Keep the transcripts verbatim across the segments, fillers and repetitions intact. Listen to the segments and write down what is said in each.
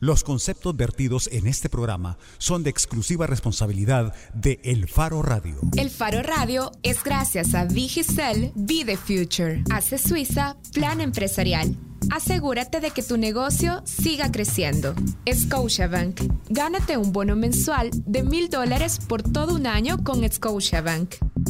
Los conceptos vertidos en este programa son de exclusiva responsabilidad de El Faro Radio. El Faro Radio es gracias a Digicel Be the Future, Ace Suiza, Plan Empresarial. Asegúrate de que tu negocio siga creciendo. Scotiabank. Gánate un bono mensual de mil dólares por todo un año con Scotiabank.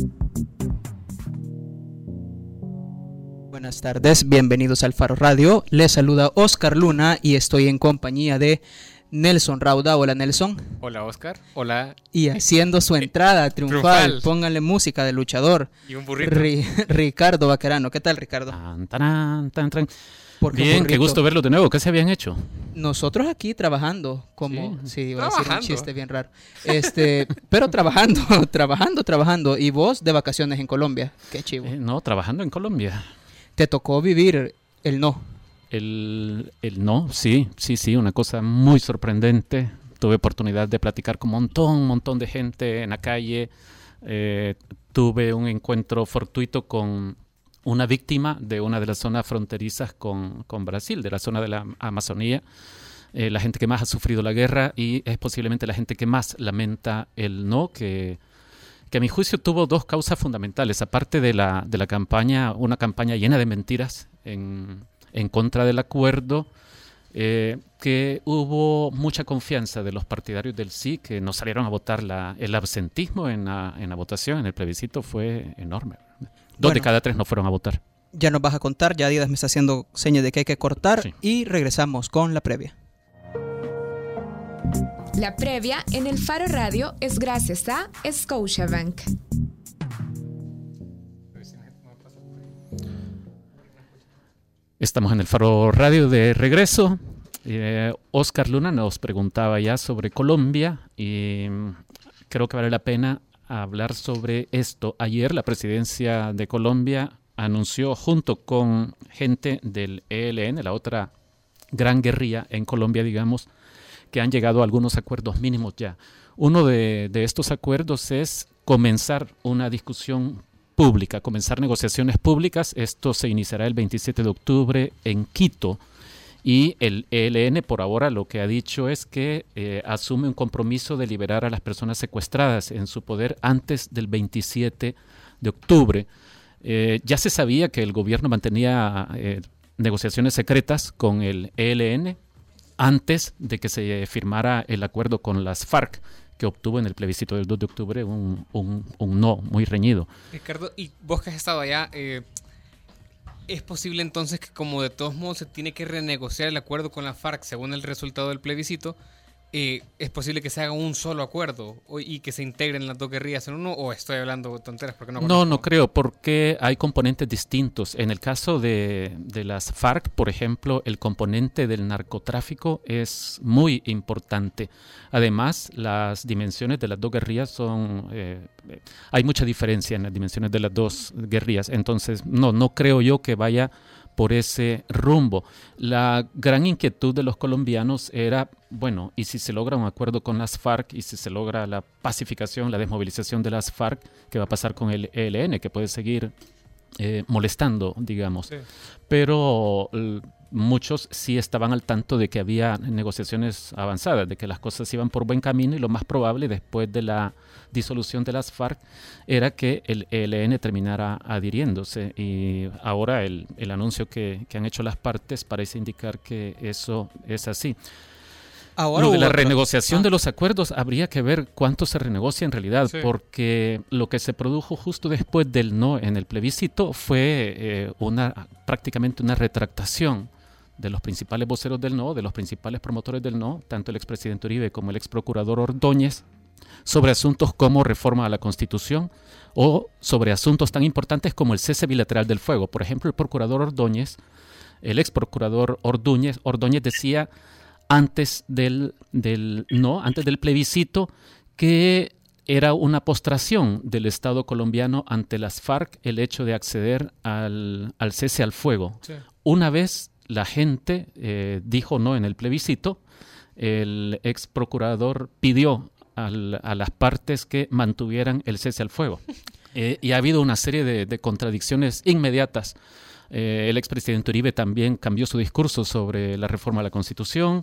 Buenas tardes, bienvenidos al Faro Radio. Les saluda Oscar Luna y estoy en compañía de Nelson Rauda. Hola, Nelson. Hola, Oscar. Hola. Y haciendo su entrada triunfal, triunfal. Pónganle música de luchador. Y un burrito. Ri- Ricardo Baquerano. ¿Qué tal, Ricardo? Tan, tan, tan, tan. burrito? Bien, qué gusto verlo de nuevo. ¿Qué se habían hecho? Nosotros aquí trabajando, como Sí, sí, iba a decir un trabajando. chiste bien raro. Este, pero trabajando, trabajando, trabajando. Y vos de vacaciones en Colombia. Qué chivo. Eh, no, trabajando en Colombia. Te tocó vivir el no. El, el no, sí, sí, sí, una cosa muy sorprendente. Tuve oportunidad de platicar con un montón, un montón de gente en la calle. Eh, tuve un encuentro fortuito con una víctima de una de las zonas fronterizas con, con Brasil, de la zona de la Amazonía. Eh, la gente que más ha sufrido la guerra y es posiblemente la gente que más lamenta el no, que... que a mi juicio tuvo dos causas fundamentales, aparte de la, de la campaña, una campaña llena de mentiras en, en contra del acuerdo, eh, que hubo mucha confianza de los partidarios del sí, que no salieron a votar. La, el absentismo en la, en la votación, en el plebiscito, fue enorme. Dos Bueno, de cada tres no fueron a votar. Ya nos vas a contar, ya Adidas me está haciendo señas de que hay que cortar Sí. y regresamos con la previa. La previa en El Faro Radio es gracias a Scotiabank. Estamos en el Faro Radio de regreso. Eh, Oscar Luna nos preguntaba ya sobre Colombia y mm, creo que vale la pena hablar sobre esto. Ayer la presidencia de Colombia anunció, junto con gente del E L N, la otra gran guerrilla en Colombia, digamos, que han llegado a algunos acuerdos mínimos ya. Uno de, de estos acuerdos es comenzar una discusión pública, comenzar negociaciones públicas. Esto se iniciará el veintisiete de octubre en Quito. Y el E L N por ahora lo que ha dicho es que eh, asume un compromiso de liberar a las personas secuestradas en su poder antes del veintisiete de octubre. Eh, ya se sabía que el gobierno mantenía eh, negociaciones secretas con el E L N antes de que se firmara el acuerdo con las FARC, que obtuvo en el plebiscito del dos de octubre un, un, un no muy reñido. Ricardo, y vos que has estado allá, eh, ¿es posible entonces que como de todos modos se tiene que renegociar el acuerdo con la FARC según el resultado del plebiscito, eh, es posible que se haga un solo acuerdo o, y que se integren las dos guerrillas en uno, o estoy hablando tonteras? Porque no, No, conozco? no creo, porque hay componentes distintos. En el caso de, de las FARC, por ejemplo, el componente del narcotráfico es muy importante. Además, las dimensiones de las dos guerrillas son... Eh, hay mucha diferencia en las dimensiones de las dos guerrillas. Entonces, no, no creo yo que vaya por ese rumbo. La gran inquietud de los colombianos era, bueno, ¿y si se logra un acuerdo con las FARC y si se logra la pacificación, la desmovilización de las FARC, qué va a pasar con el E L N, que puede seguir eh, molestando, digamos? Sí. Pero l- muchos sí estaban al tanto de que había negociaciones avanzadas, de que las cosas iban por buen camino, y lo más probable después de la disolución de las FARC era que el E L N terminara adhiriéndose, y ahora el, el anuncio que, que han hecho las partes parece indicar que eso es así. Ahora Lo de la hubo otra- renegociación Ah. de los acuerdos habría que ver cuánto se renegocia en realidad, Sí. porque lo que se produjo justo después del no en el plebiscito fue eh, una prácticamente una retractación de los principales voceros del no, de los principales promotores del no, tanto el expresidente Uribe como el exprocurador Ordóñez, sobre asuntos como reforma a la Constitución o sobre asuntos tan importantes como el cese bilateral del fuego. Por ejemplo, el procurador Ordóñez, el exprocurador Ordóñez, Ordóñez decía antes del, del no, antes del plebiscito, que era una postración del Estado colombiano ante las FARC el hecho de acceder al, al cese al fuego. Sí. Una vez la gente eh, dijo no en el plebiscito, el ex procurador pidió al, a las partes que mantuvieran el cese al fuego. Eh, y ha habido una serie de, de contradicciones inmediatas Eh, el expresidente Uribe también cambió su discurso sobre la reforma a la Constitución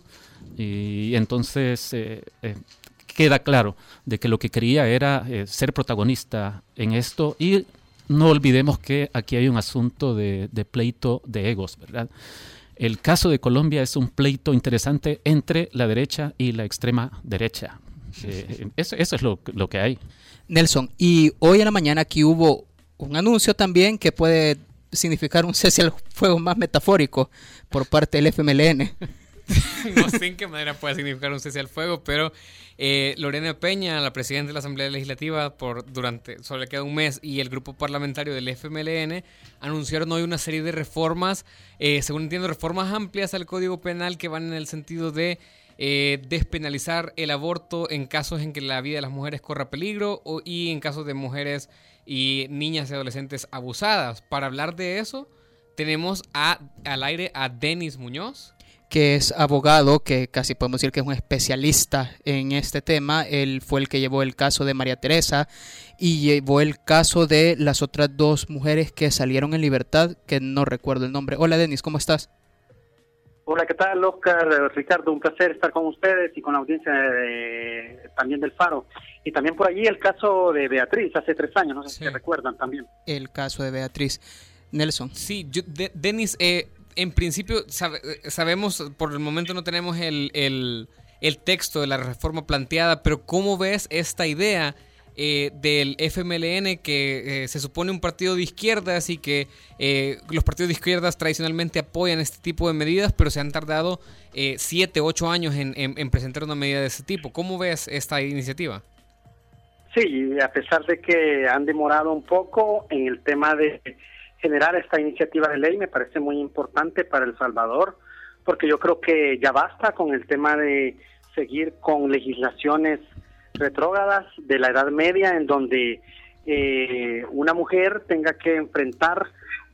y entonces eh, eh, queda claro de que lo que quería era eh, ser protagonista en esto y no olvidemos que aquí hay un asunto de, de pleito de egos, ¿verdad? El caso de Colombia es un pleito interesante entre la derecha y la extrema derecha. Eh, eso, eso es lo, lo que hay. Nelson, y hoy en la mañana aquí hubo un anuncio también que puede significar un cese al fuego más metafórico por parte del F M L N. No sé en qué manera puede significar un cese al fuego, pero eh, Lorena Peña, la presidenta de la Asamblea Legislativa, por durante solo le queda un mes, y el grupo parlamentario del F M L N anunciaron hoy una serie de reformas, eh, según entiendo, reformas amplias al Código Penal que van en el sentido de eh, despenalizar el aborto en casos en que la vida de las mujeres corra peligro o, y en casos de mujeres y niñas y adolescentes abusadas. Para hablar de eso, tenemos a, al aire a Denis Muñoz, que es abogado, que casi podemos decir que es un especialista en este tema. Él fue el que llevó el caso de María Teresa y llevó el caso de las otras dos mujeres que salieron en libertad, que no recuerdo el nombre. Hola Denis, ¿cómo estás? Hola, ¿qué tal, Oscar? Ricardo, un placer estar con ustedes y con la audiencia de, también del Faro. Y también por allí el caso de Beatriz, hace tres años, no sé Sí. si recuerdan también. El caso de Beatriz. Nelson. Sí, yo, de, Denis, eh, en principio sabe, sabemos, por el momento no tenemos el, el, el texto de la reforma planteada, pero ¿cómo ves esta idea eh, del F M L N, que eh, se supone un partido de izquierdas y que eh, los partidos de izquierdas tradicionalmente apoyan este tipo de medidas, pero se han tardado eh, siete, ocho años en, en, en presentar una medida de ese tipo? ¿Cómo ves esta iniciativa? Sí, a pesar de que han demorado un poco en el tema de generar esta iniciativa de ley, me parece muy importante para El Salvador, porque yo creo que ya basta con el tema de seguir con legislaciones retrógradas de la Edad Media, en donde eh, una mujer tenga que enfrentar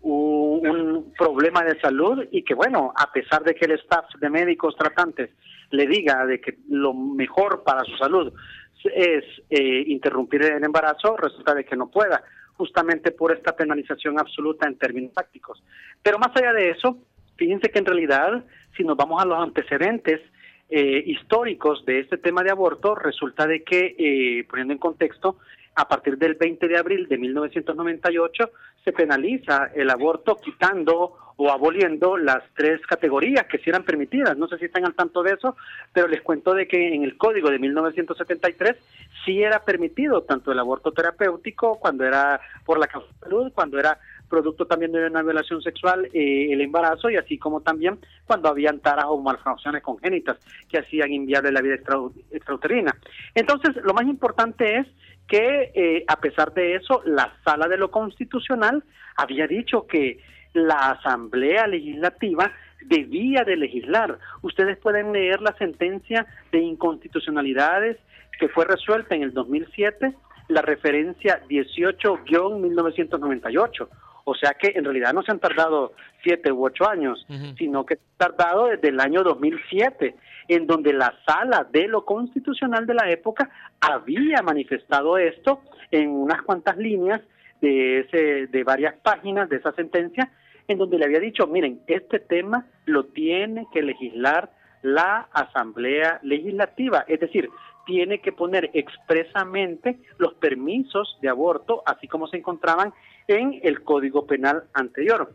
un, un problema de salud y que, bueno, a pesar de que el staff de médicos tratantes le diga de que lo mejor para su salud es eh, interrumpir el embarazo, resulta de que no pueda, justamente por esta penalización absoluta en términos prácticos. Pero más allá de eso, fíjense que en realidad, si nos vamos a los antecedentes eh, históricos de este tema de aborto, resulta de que, eh, poniendo en contexto, a partir del veinte de abril de mil novecientos noventa y ocho se penaliza el aborto quitando o aboliendo las tres categorías que sí eran permitidas. No sé si están al tanto de eso, pero les cuento de que en el Código de mil novecientos setenta y tres sí era permitido tanto el aborto terapéutico, cuando era por la causa de salud, cuando era producto también de una violación sexual, eh, el embarazo, y así como también cuando habían taras o malformaciones congénitas que hacían inviable la vida extra- extrauterina. Entonces, lo más importante es que eh, a pesar de eso, la Sala de lo Constitucional había dicho que la Asamblea Legislativa debía de legislar. Ustedes pueden leer la sentencia de inconstitucionalidades que fue resuelta en el dos mil siete, la referencia dieciocho guión mil novecientos noventa y ocho. O sea que en realidad no se han tardado siete u ocho años, uh-huh. sino que se han tardado desde el año dos mil siete, en donde la Sala de lo Constitucional de la época había manifestado esto en unas cuantas líneas de, ese, de varias páginas de esa sentencia, en donde le había dicho, miren, este tema lo tiene que legislar la Asamblea Legislativa, es decir, tiene que poner expresamente los permisos de aborto, así como se encontraban en el Código Penal anterior.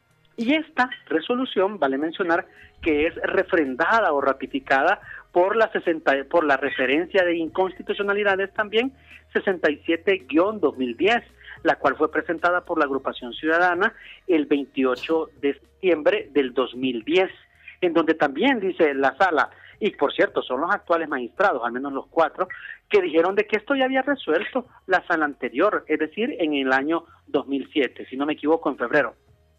Y esta resolución, vale mencionar, que es refrendada o ratificada por la sesenta, por la referencia de inconstitucionalidades también sesenta y siete guión dos mil diez, la cual fue presentada por la Agrupación Ciudadana el veintiocho de septiembre del dos mil diez, en donde también dice la Sala, y por cierto, son los actuales magistrados, al menos los cuatro, que dijeron de que esto ya había resuelto la Sala anterior, es decir, en el año dos mil siete, si no me equivoco, en febrero.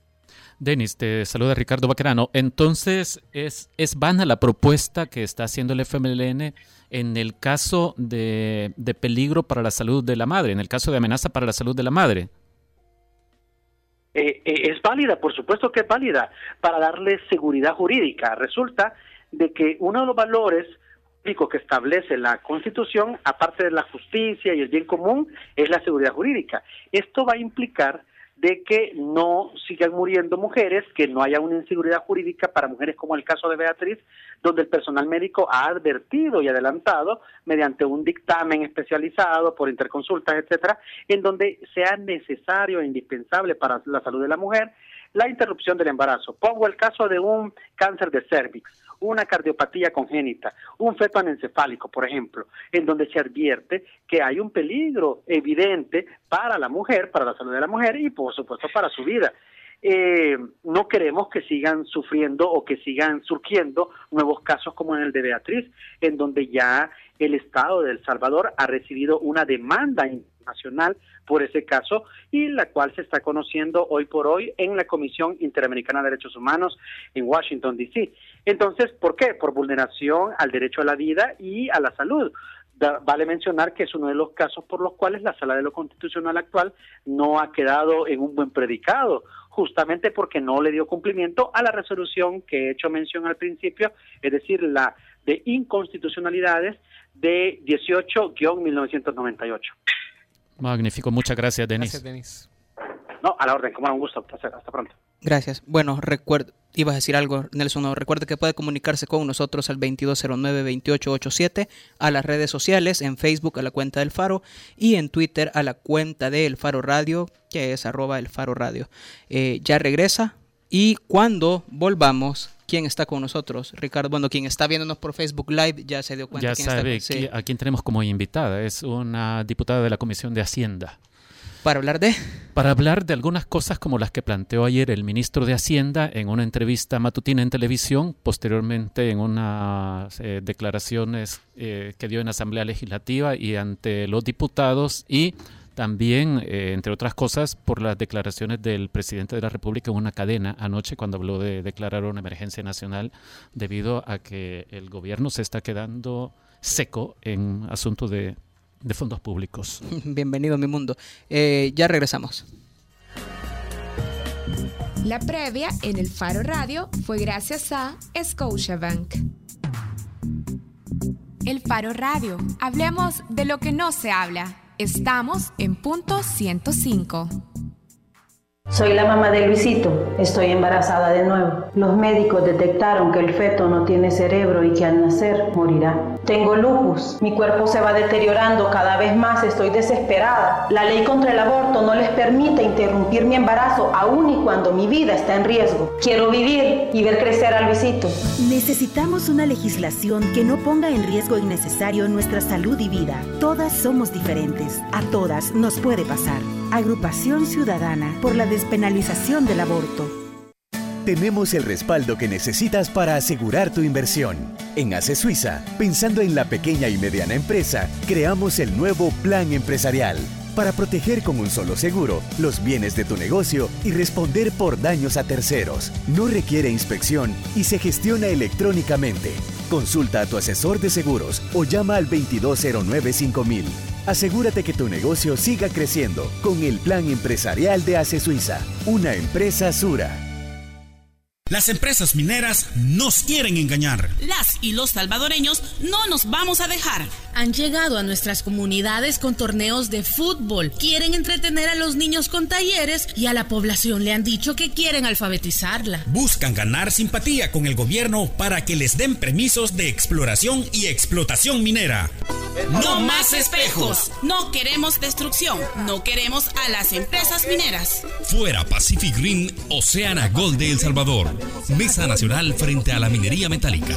Denis, te saluda Ricardo Baquerano. Entonces, ¿es, ¿es vana la propuesta que está haciendo el F M L N en el caso de, de peligro para la salud de la madre, en el caso de amenaza para la salud de la madre? Eh, eh, es válida, por supuesto que es válida, para darle seguridad jurídica. Resulta de que uno de los valores que establece la Constitución, aparte de la justicia y el bien común, es la seguridad jurídica. Esto va a implicar de que no sigan muriendo mujeres, que no haya una inseguridad jurídica para mujeres como el caso de Beatriz, donde el personal médico ha advertido y adelantado mediante un dictamen especializado por interconsultas, etcétera, en donde sea necesario e indispensable para la salud de la mujer la interrupción del embarazo. Pongo el caso de un cáncer de cervix, una cardiopatía congénita, un feto anencefálico, por ejemplo, en donde se advierte que hay un peligro evidente para la mujer, para la salud de la mujer y por supuesto para su vida. Eh, no queremos que sigan sufriendo o que sigan surgiendo nuevos casos como en el de Beatriz, en donde ya el Estado de El Salvador ha recibido una demanda internacional por ese caso y la cual se está conociendo hoy por hoy en la Comisión Interamericana de Derechos Humanos en Washington, D C Entonces, ¿por qué? Por vulneración al derecho a la vida y a la salud. Da, vale mencionar que es uno de los casos por los cuales la Sala de lo Constitucional actual no ha quedado en un buen predicado, justamente porque no le dio cumplimiento a la resolución que he hecho mención al principio, es decir, la de inconstitucionalidades de dieciocho guión mil novecientos noventa y ocho. Magnífico, muchas gracias, Denis. Gracias, Denis. No, a la orden, como era un gusto, placer, hasta pronto. Gracias. Bueno, recuerdo, ibas a decir algo, Nelson, no, recuerde que puede comunicarse con nosotros al veintidós cero nueve, veintiocho ochenta y siete, a las redes sociales, en Facebook a la cuenta del Faro y en Twitter a la cuenta de El Faro Radio, que es arroba El Faro Radio. Eh, ya regresa y cuando volvamos, ¿quién está con nosotros? Ricardo, bueno, quien está viéndonos por Facebook Live ya se dio cuenta. Ya quién sabe está con... sí. a quién tenemos como invitada, es una diputada de la Comisión de Hacienda. ¿Para hablar de? Para hablar de algunas cosas como las que planteó ayer el ministro de Hacienda en una entrevista matutina en televisión, posteriormente en unas eh, declaraciones eh, que dio en Asamblea Legislativa y ante los diputados y también, eh, entre otras cosas, por las declaraciones del presidente de la República en una cadena anoche cuando habló de declarar una emergencia nacional debido a que el gobierno se está quedando seco en asuntos de de fondos públicos. Bienvenido a mi mundo. Eh, ya regresamos. La previa en el Faro Radio fue gracias a Scotiabank. El Faro Radio. Hablemos de lo que no se habla. Estamos en punto ciento cinco. Soy la mamá de Luisito, estoy embarazada de nuevo. Los médicos detectaron que el feto no tiene cerebro y que al nacer morirá. Tengo lupus, mi cuerpo se va deteriorando cada vez más, estoy desesperada. La ley contra el aborto no les permite interrumpir mi embarazo aún y cuando mi vida está en riesgo. Quiero vivir y ver crecer a Luisito. Necesitamos una legislación que no ponga en riesgo innecesario nuestra salud y vida. Todas somos diferentes, a todas nos puede pasar. Agrupación Ciudadana por la despenalización del aborto. Tenemos el respaldo que necesitas para asegurar tu inversión. En A C E Suiza, pensando en la pequeña y mediana empresa, creamos el nuevo Plan Empresarial para proteger con un solo seguro los bienes de tu negocio y responder por daños a terceros. No requiere inspección y se gestiona electrónicamente. Consulta a tu asesor de seguros o llama al veintidós cero nueve cinco mil. Asegúrate que tu negocio siga creciendo con el Plan Empresarial de A C E Suiza, una empresa Sura. Las empresas mineras nos quieren engañar. Las y los salvadoreños no nos vamos a dejar. Han llegado a nuestras comunidades con torneos de fútbol. Quieren entretener a los niños con talleres y a la población le han dicho que quieren alfabetizarla. Buscan ganar simpatía con el gobierno para que les den permisos de exploración y explotación minera. No más espejos. No queremos destrucción. No queremos a las empresas mineras. Fuera Pacific Green, Oceana Gold de El Salvador. Mesa Nacional frente a la minería metálica.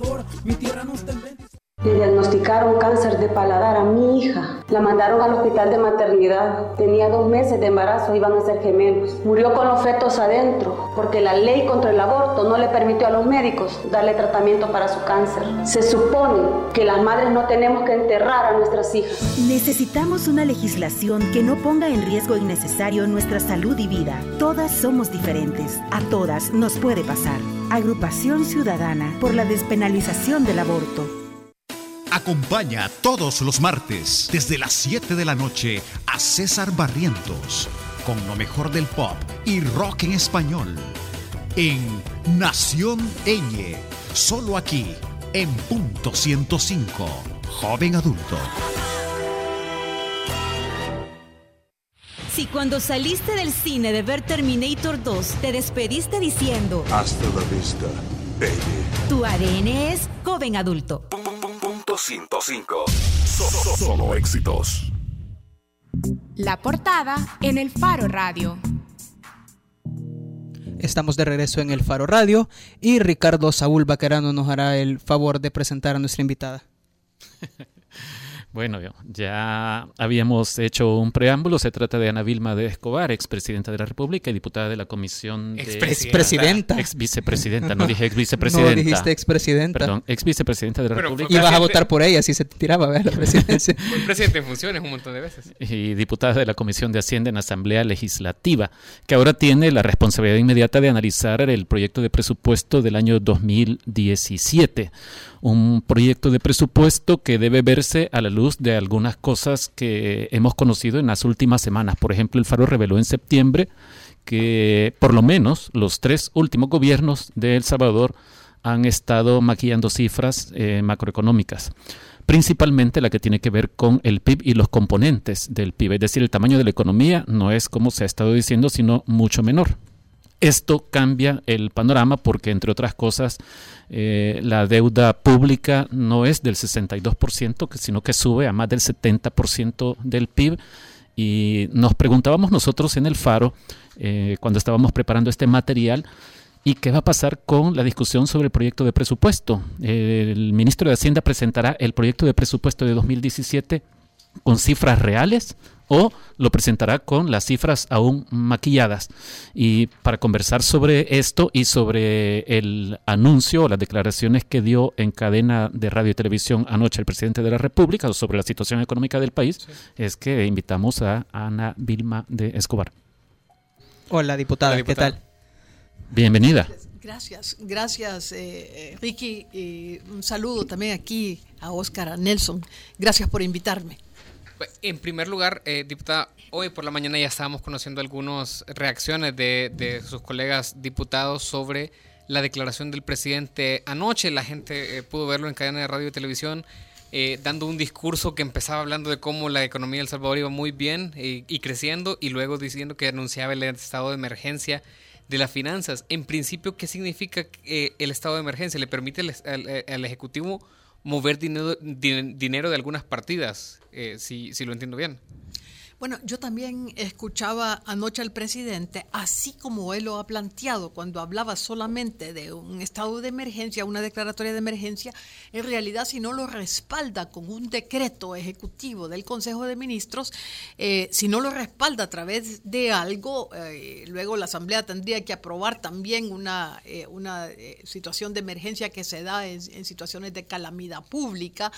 Le diagnosticaron cáncer de paladar a mi hija. La mandaron al hospital de maternidad. Tenía dos meses de embarazo, iban a ser gemelos. Murió con los fetos adentro, porque la ley contra el aborto no le permitió a los médicos darle tratamiento para su cáncer. Se supone que las madres no tenemos que enterrar a nuestras hijas. Necesitamos una legislación que no ponga en riesgo innecesario nuestra salud y vida. Todas somos diferentes. A todas nos puede pasar. Agrupación Ciudadana por la despenalización del aborto. Acompaña todos los martes desde las siete de la noche a César Barrientos con lo mejor del pop y rock en español en Nación Eñe, solo aquí en punto ciento cinco, Joven Adulto. Si cuando saliste del cine de ver Terminator dos te despediste diciendo hasta la vista, baby, tu A D N es joven adulto. Punto ciento cinco. Solo éxitos. La portada en el Faro Radio. Estamos de regreso en el Faro Radio y Ricardo Saúl Baquerano nos hará el favor de presentar a nuestra invitada. Bueno, ya habíamos hecho un preámbulo. Se trata de Ana Vilma de Escobar, expresidenta de la República y diputada de la Comisión de... Expresidenta. Ex vicepresidenta, no dije ex vicepresidenta. No dijiste expresidenta. Perdón, ex vicepresidenta de la Pero República. Ibas a votar por ella si se te tiraba a ver la presidencia. Fue presidente en funciones un montón de veces. Y diputada de la Comisión de Hacienda en la Asamblea Legislativa, que ahora tiene la responsabilidad inmediata de analizar el proyecto de presupuesto del año dos mil diecisiete. Un proyecto de presupuesto que debe verse a la luz de algunas cosas que hemos conocido en las últimas semanas. Por ejemplo, el Faro reveló en septiembre que por lo menos los tres últimos gobiernos de El Salvador han estado maquillando cifras eh, macroeconómicas, principalmente la que tiene que ver con el P I B y los componentes del P I B. Es decir, el tamaño de la economía no es como se ha estado diciendo, sino mucho menor. Esto cambia el panorama porque, entre otras cosas, eh, la deuda pública no es del sesenta y dos por ciento, sino que sube a más del setenta por ciento del P I B. Y nos preguntábamos nosotros en el Faro, eh, cuando estábamos preparando este material, ¿y qué va a pasar con la discusión sobre el proyecto de presupuesto? El ministro de Hacienda presentará el proyecto de presupuesto de dos mil diecisiete con cifras reales o lo presentará con las cifras aún maquilladas. Y para conversar sobre esto y sobre el anuncio o las declaraciones que dio en cadena de radio y televisión anoche el presidente de la República sobre la situación económica del país, sí, es que invitamos a Ana Vilma de Escobar. Hola, diputada, Hola, diputada. ¿Qué tal? Bienvenida. Gracias, gracias eh, Ricky, y un saludo también aquí a Oscar, a Nelson. Gracias por invitarme. En primer lugar, eh, diputada, hoy por la mañana ya estábamos conociendo algunas reacciones de, de sus colegas diputados sobre la declaración del presidente anoche. La gente eh, pudo verlo en cadena de radio y televisión, eh, dando un discurso que empezaba hablando de cómo la economía de El Salvador iba muy bien eh, y creciendo, y luego diciendo que anunciaba el estado de emergencia de las finanzas. En principio, ¿qué significa eh, el estado de emergencia? ¿Le permite al, al, al Ejecutivo mover dinero, din, dinero de algunas partidas, eh, si, si lo entiendo bien? Bueno, yo también escuchaba anoche al presidente, así como él lo ha planteado, cuando hablaba solamente de un estado de emergencia, una declaratoria de emergencia. En realidad, si no lo respalda con un decreto ejecutivo del Consejo de Ministros, eh, si no lo respalda a través de algo, eh, luego la Asamblea tendría que aprobar también una, eh, una eh, situación de emergencia que se da en, en situaciones de calamidad pública.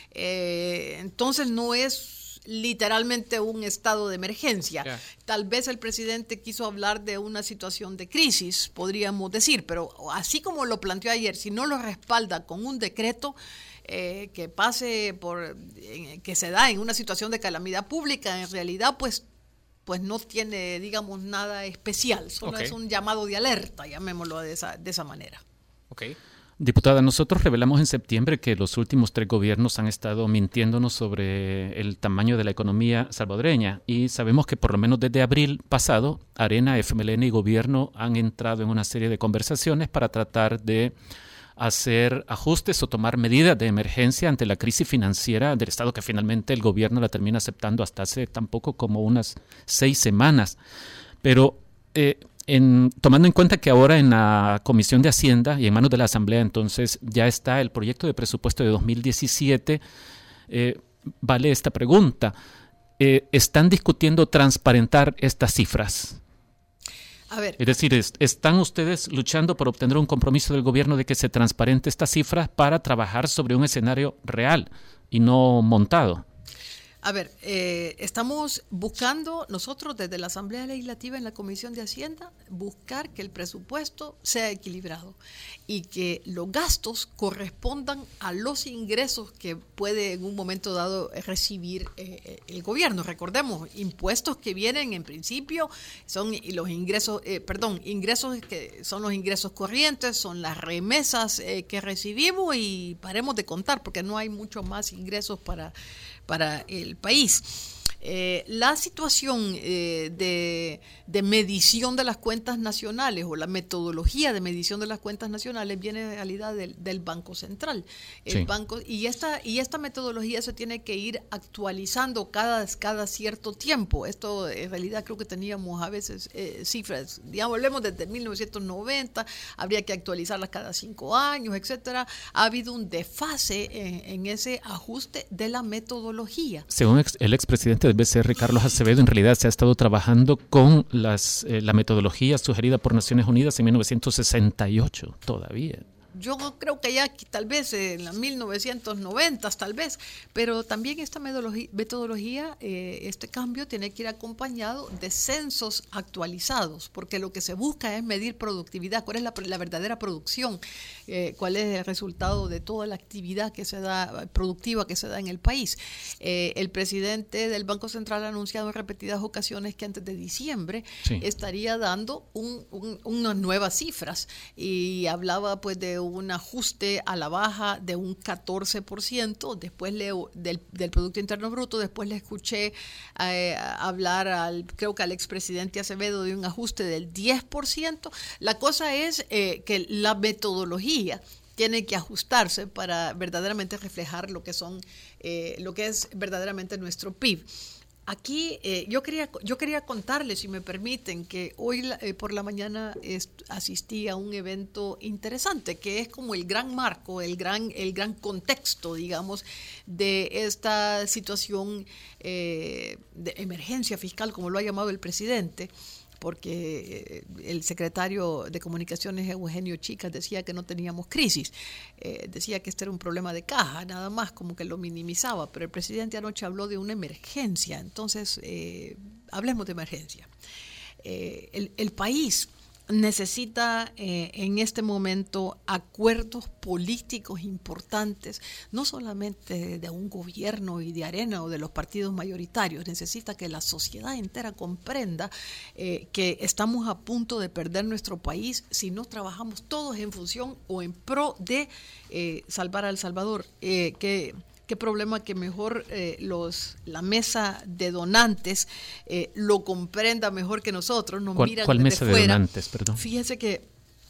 Eh, entonces no es literalmente un estado de emergencia. Yeah. Tal vez el presidente quiso hablar de una situación de crisis, podríamos decir, pero así como lo planteó ayer, si no lo respalda con un decreto eh, que pase por, eh, que se da en una situación de calamidad pública, en realidad pues pues no tiene, digamos, nada especial, solo okay. es un llamado de alerta, llamémoslo de esa, de esa manera. Okay. Diputada, nosotros revelamos en septiembre que los últimos tres gobiernos han estado mintiéndonos sobre el tamaño de la economía salvadoreña y sabemos que por lo menos desde abril pasado, Arena, F M L N y Gobierno han entrado en una serie de conversaciones para tratar de hacer ajustes o tomar medidas de emergencia ante la crisis financiera del Estado, que finalmente el gobierno la termina aceptando hasta hace tan poco como unas seis semanas. Pero eh, En, tomando en cuenta que ahora en la Comisión de Hacienda y en manos de la Asamblea entonces ya está el proyecto de presupuesto de dos mil diecisiete, eh, vale esta pregunta. Eh, ¿Están discutiendo transparentar estas cifras? A ver. Es decir, es, ¿están ustedes luchando por obtener un compromiso del gobierno de que se transparente estas cifras para trabajar sobre un escenario real y no montado? A ver, eh, estamos buscando nosotros desde la Asamblea Legislativa en la Comisión de Hacienda buscar que el presupuesto sea equilibrado y que los gastos correspondan a los ingresos que puede en un momento dado recibir eh, el gobierno. Recordemos, impuestos que vienen en principio son los ingresos, eh, perdón, ingresos que son los ingresos corrientes, son las remesas eh, que recibimos y paremos de contar porque no hay mucho más ingresos para, para el el país. Eh, la situación eh, de, de medición de las cuentas nacionales o la metodología de medición de las cuentas nacionales viene en realidad del, del Banco Central. El Sí. banco, y, esta, y esta metodología se tiene que ir actualizando cada, cada cierto tiempo. Esto en realidad creo que teníamos a veces eh, cifras, digamos, volvemos desde mil novecientos noventa, habría que actualizarlas cada cinco años, etcétera. Ha habido un desfase en, en ese ajuste de la metodología. Según ex- el expresidente del B C R, Carlos Acevedo, en realidad se ha estado trabajando con las, eh, la metodología sugerida por Naciones Unidas en mil novecientos sesenta y ocho, todavía. Yo creo que ya tal vez en las mil novecientos noventa, tal vez, pero también esta metodología, metodología eh, este cambio tiene que ir acompañado de censos actualizados, porque lo que se busca es medir productividad, cuál es la, la verdadera producción, eh, cuál es el resultado de toda la actividad que se da, productiva que se da en el país. Eh, el presidente del Banco Central ha anunciado en repetidas ocasiones que antes de diciembre Sí. estaría dando un, un, unas nuevas cifras y hablaba pues de un ajuste a la baja de un catorce por ciento después le, del, del Producto Interno Bruto. Después le escuché eh, hablar al, creo que al expresidente Acevedo, de un ajuste del diez por ciento. La cosa es eh, que la metodología tiene que ajustarse para verdaderamente reflejar lo que son eh, lo que es verdaderamente nuestro P I B. Aquí eh, yo quería yo quería contarles, si me permiten, que hoy eh, por la mañana est- asistí a un evento interesante que es como el gran marco, el gran el gran contexto, digamos, de esta situación eh, de emergencia fiscal, como lo ha llamado el presidente, porque el secretario de Comunicaciones, Eugenio Chicas, decía que no teníamos crisis, eh, decía que este era un problema de caja, nada más, como que lo minimizaba, pero el presidente anoche habló de una emergencia. Entonces, eh, hablemos de emergencia. Eh, el, el país necesita eh, en este momento acuerdos políticos importantes, no solamente de un gobierno y de Arena o de los partidos mayoritarios. Necesita que la sociedad entera comprenda eh, que estamos a punto de perder nuestro país si no trabajamos todos en función o en pro de eh, salvar a El Salvador. Eh, que Qué problema que mejor eh, los la mesa de donantes eh, lo comprenda mejor que nosotros. Nos ¿Cuál, miran cuál desde mesa de fuera. donantes, perdón? Fíjese que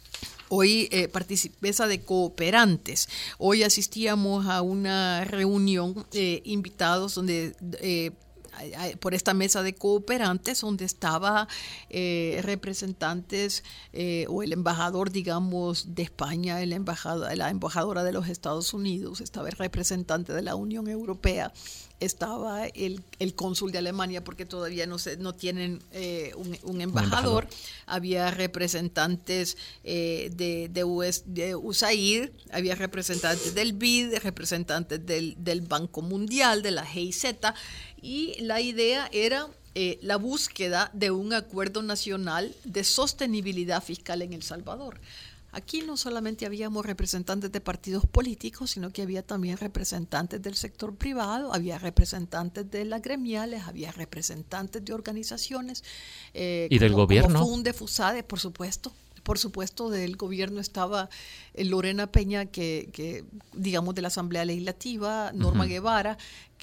hoy eh, participé mesa de cooperantes. Hoy asistíamos a una reunión, eh, invitados donde eh, por esta mesa de cooperantes, donde estaba eh, representantes eh, o el embajador, digamos, de España, el embajador, la embajadora de los Estados Unidos, estaba el representante de la Unión Europea, estaba el, el cónsul de Alemania, porque todavía no se, no tienen eh, un, un, embajador. un embajador, había representantes eh, de, de, U S, de U S A I D, había representantes del B I D, representantes del, del Banco Mundial, de la G I Z, y la idea era eh, la búsqueda de un acuerdo nacional de sostenibilidad fiscal en El Salvador. Aquí no solamente habíamos representantes de partidos políticos, sino que había también representantes del sector privado, había representantes de las gremiales, había representantes de organizaciones. Eh, ¿Y del como, gobierno? Como FUNDE, FUSADE, por supuesto. Por supuesto, del gobierno estaba eh, Lorena Peña, que, que digamos de la Asamblea Legislativa, Norma uh-huh. Guevara,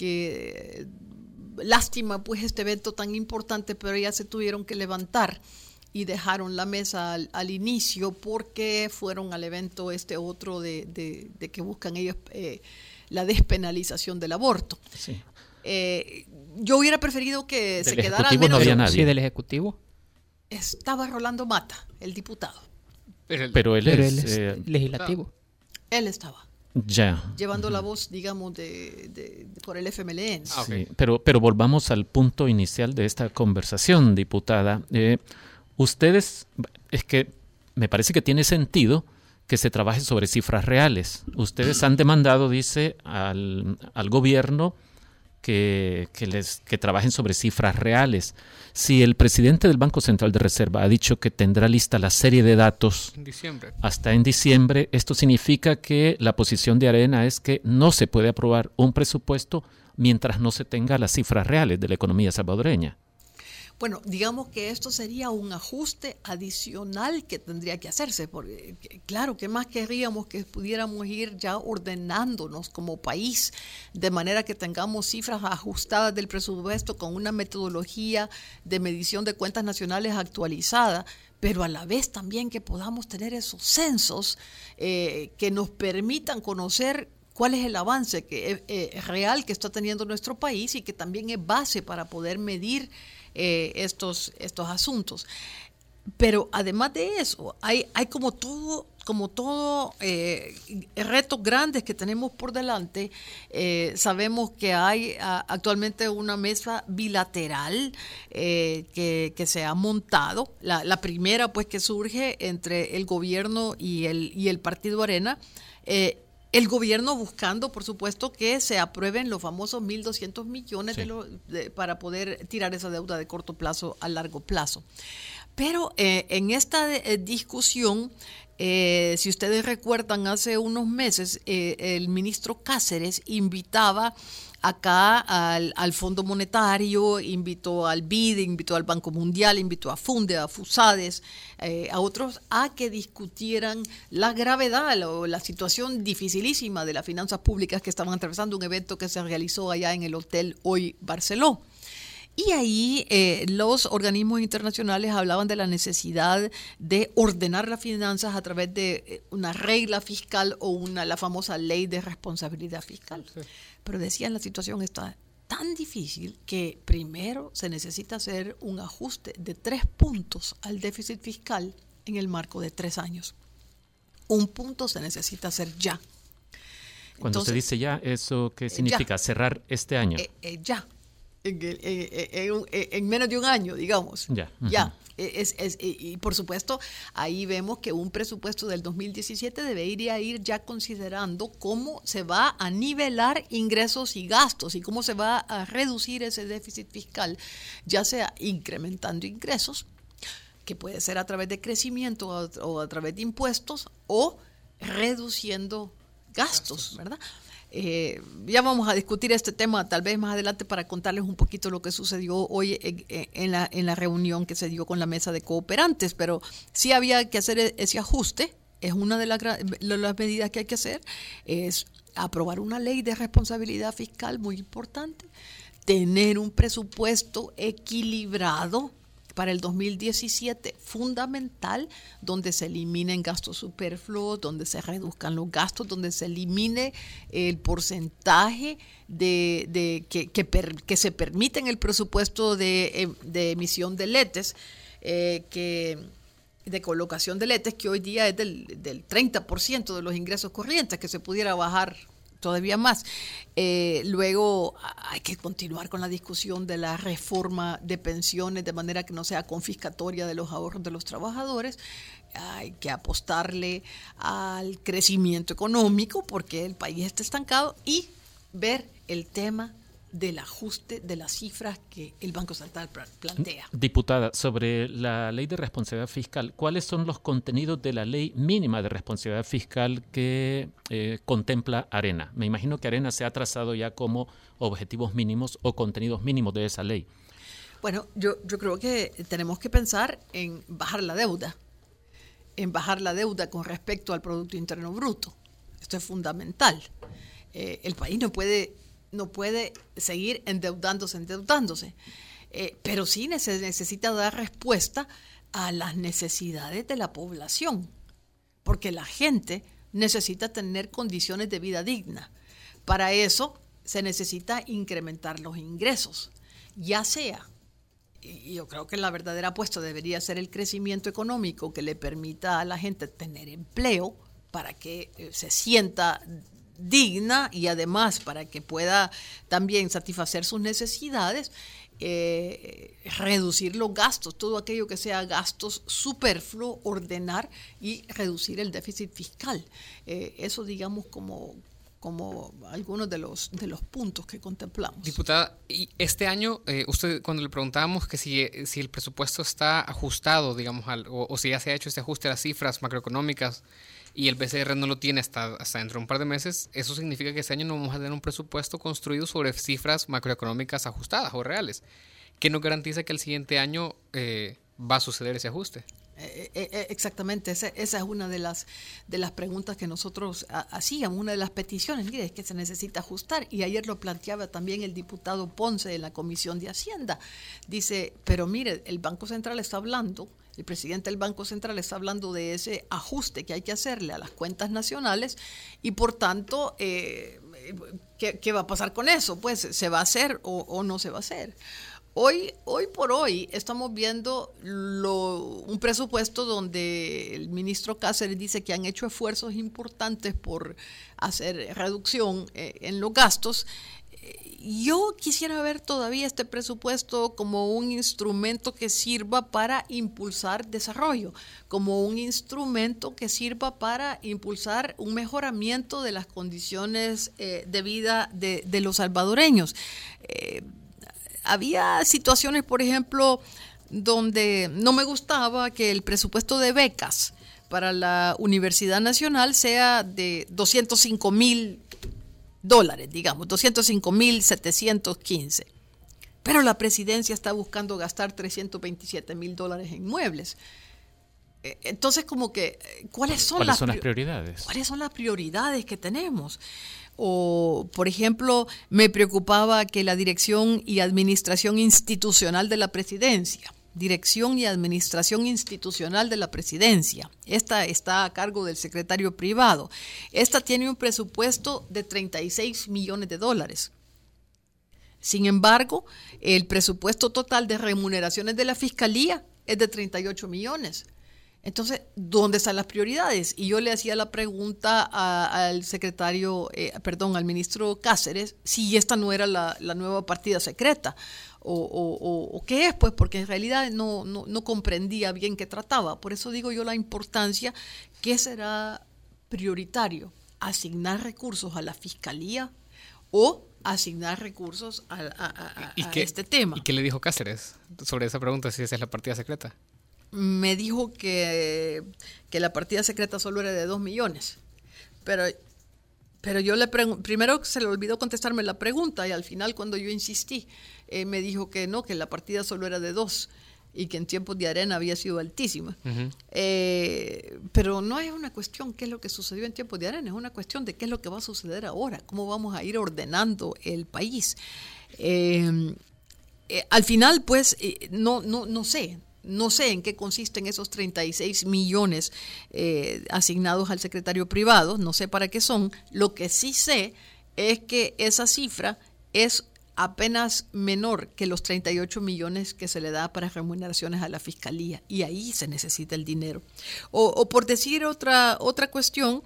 que lástima pues este evento tan importante, pero ya se tuvieron que levantar y dejaron la mesa al, al inicio porque fueron al evento este otro de, de, de que buscan ellos eh, la despenalización del aborto. Sí. Eh, yo hubiera preferido que del se quedara al no menos... había nadie. Sí, del Ejecutivo. Estaba Rolando Mata, el diputado. Pero, pero él pero es, él es eh, legislativo. Él estaba. Ya. Llevando uh-huh. la voz, digamos, de, de, de, por el F M L N. Sí, okay. pero, pero volvamos al punto inicial de esta conversación, diputada. Eh, ustedes, es que me parece que tiene sentido que se trabaje sobre cifras reales. Ustedes han demandado, dice, al, al gobierno que, que, les, que trabajen sobre cifras reales. Si el presidente del Banco Central de Reserva ha dicho que tendrá lista la serie de datos en diciembre. hasta en diciembre, esto significa que la posición de Arena es que no se puede aprobar un presupuesto mientras no se tenga las cifras reales de la economía salvadoreña. Bueno, digamos que esto sería un ajuste adicional que tendría que hacerse, porque claro, ¿qué más querríamos que pudiéramos ir ya ordenándonos como país, de manera que tengamos cifras ajustadas del presupuesto con una metodología de medición de cuentas nacionales actualizada, pero a la vez también que podamos tener esos censos eh, que nos permitan conocer cuál es el avance que es eh, real que está teniendo nuestro país y que también es base para poder medir eh, estos, estos asuntos. Pero además de eso, hay, hay como todo, como todo eh, retos grandes que tenemos por delante. Eh, sabemos que hay a, actualmente una mesa bilateral eh, que, que se ha montado. La, la primera, pues, que surge entre el gobierno y el, y el Partido Arena. Eh, El gobierno buscando, por supuesto, que se aprueben los famosos mil doscientos millones sí. de lo, de, para poder tirar esa deuda de corto plazo a largo plazo. Pero eh, en esta eh, discusión, eh, si ustedes recuerdan, hace unos meses eh, el ministro Cáceres invitaba acá al, al Fondo Monetario, invitó al B I D, invitó al Banco Mundial, invitó a Funde, a FUSADES, eh, a otros, a que discutieran la gravedad o la situación dificilísima de las finanzas públicas que estaban atravesando, un evento que se realizó allá en el Hotel Hoy Barceló. Y ahí eh, los organismos internacionales hablaban de la necesidad de ordenar las finanzas a través de una regla fiscal o una la famosa ley de responsabilidad fiscal. Sí. Pero decían, la situación está tan difícil que primero se necesita hacer un ajuste de tres puntos al déficit fiscal en el marco de tres años. Un punto se necesita hacer ya. Cuando Entonces, se dice ya, ¿eso qué significa? Ya. ¿Cerrar este año? Eh, eh, ya. En, en, en, en menos de un año, digamos. Ya. Uh-huh. Ya. Es, es, y por supuesto, ahí vemos que un presupuesto del dos mil diecisiete debería ir ya considerando cómo se va a nivelar ingresos y gastos y cómo se va a reducir ese déficit fiscal, ya sea incrementando ingresos, que puede ser a través de crecimiento o a, o a través de impuestos, o reduciendo gastos, ¿verdad? Eh, ya vamos a discutir este tema tal vez más adelante para contarles un poquito lo que sucedió hoy en, en, la, en la reunión que se dio con la mesa de cooperantes, pero sí había que hacer ese ajuste. Es una de las, de las medidas que hay que hacer, es aprobar una ley de responsabilidad fiscal muy importante, tener un presupuesto equilibrado para el dos mil diecisiete, fundamental, donde se eliminen gastos superfluos, donde se reduzcan los gastos, donde se elimine el porcentaje de, de que, que, per, que se permite en el presupuesto de, de emisión de letes, eh, que, de colocación de letes, que hoy día es del, del treinta por ciento de los ingresos corrientes, que se pudiera bajar todavía más. Eh, luego hay que continuar con la discusión de la reforma de pensiones de manera que no sea confiscatoria de los ahorros de los trabajadores. Hay que apostarle al crecimiento económico porque el país está estancado y ver el tema del ajuste de las cifras que el Banco Central plantea. Diputada, sobre la ley de responsabilidad fiscal, ¿cuáles son los contenidos de la ley mínima de responsabilidad fiscal que eh, contempla Arena? Me imagino que Arena se ha trazado ya como objetivos mínimos o contenidos mínimos de esa ley. Bueno, yo, yo creo que tenemos que pensar en bajar la deuda, en bajar la deuda con respecto al Producto Interno Bruto. Esto es fundamental. Eh, el país no puede... no puede seguir endeudándose, endeudándose, eh, pero sí neces- necesita dar respuesta a las necesidades de la población, porque la gente necesita tener condiciones de vida digna. Para eso se necesita incrementar los ingresos, ya sea, y yo creo que la verdadera apuesta debería ser el crecimiento económico que le permita a la gente tener empleo para que eh, se sienta digna y además para que pueda también satisfacer sus necesidades, eh, reducir los gastos, todo aquello que sea gastos superfluos, ordenar y reducir el déficit fiscal. Eh, eso digamos como, como algunos de los, de los puntos que contemplamos. Diputada, y este año, eh, usted cuando le preguntábamos que si, si el presupuesto está ajustado, digamos, al, o, o si ya se ha hecho este ajuste a las cifras macroeconómicas, y el B C R no lo tiene hasta, hasta dentro de un par de meses, eso significa que este año no vamos a tener un presupuesto construido sobre cifras macroeconómicas ajustadas o reales. ¿qué nos garantiza que el siguiente año eh, va a suceder ese ajuste? Eh, eh, exactamente, esa, esa es una de las de las preguntas que nosotros ha, hacíamos, una de las peticiones, mire, es que se necesita ajustar, y ayer lo planteaba también el diputado Ponce en la Comisión de Hacienda. Dice, pero mire, el Banco Central está hablando, el presidente del Banco Central está hablando de ese ajuste que hay que hacerle a las cuentas nacionales, y por tanto, eh, ¿qué, qué va a pasar con eso? Pues, ¿se va a hacer o, o no se va a hacer? Hoy, hoy por hoy estamos viendo lo, un presupuesto donde el ministro Cáceres dice que han hecho esfuerzos importantes por hacer reducción eh, en los gastos. Yo quisiera ver todavía este presupuesto como un instrumento que sirva para impulsar desarrollo, como un instrumento que sirva para impulsar un mejoramiento de las condiciones eh, de vida de, de los salvadoreños. Eh, Había situaciones, por ejemplo, donde no me gustaba que el presupuesto de becas para la Universidad Nacional sea de doscientos cinco mil dólares, digamos, doscientos cinco mil setecientos quince. Pero la presidencia está buscando gastar trescientos veintisiete mil dólares en muebles. Entonces, como que, ¿cuáles son, ¿Cuáles las, son las prioridades? ¿Cuáles son las prioridades que tenemos? O, por ejemplo, me preocupaba que la dirección y administración institucional de la presidencia, dirección y administración institucional de la presidencia, esta está a cargo del secretario privado, esta tiene un presupuesto de treinta y seis millones de dólares. Sin embargo, el presupuesto total de remuneraciones de la fiscalía es de treinta y ocho millones. Entonces, ¿dónde están las prioridades? Y yo le hacía la pregunta a, al secretario, eh, perdón, al ministro Cáceres, si esta no era la, la nueva partida secreta, o, o, o, o qué es, pues, porque en realidad no, no, no comprendía bien qué trataba. Por eso digo yo la importancia, ¿qué será prioritario? ¿Asignar recursos a la fiscalía o asignar recursos a, a, a, ¿Y a qué, este tema? ¿Y qué le dijo Cáceres sobre esa pregunta, si esa es la partida secreta? Me dijo que, que la partida secreta solo era de dos millones. Pero, pero yo le pregunté, primero se le olvidó contestarme la pregunta, y al final, cuando yo insistí, eh, me dijo que no, que la partida solo era de dos y que en tiempos de Arena había sido altísima. Uh-huh. Eh, pero no es una cuestión qué es lo que sucedió en tiempos de Arena, es una cuestión de qué es lo que va a suceder ahora, cómo vamos a ir ordenando el país. Eh, eh, al final, pues, eh, no, no, no sé. No sé en qué consisten esos treinta y seis millones eh, asignados al secretario privado, no sé para qué son. Lo que sí sé es que esa cifra es apenas menor que los treinta y ocho millones que se le da para remuneraciones a la fiscalía, y ahí se necesita el dinero. O, o por decir otra, otra cuestión,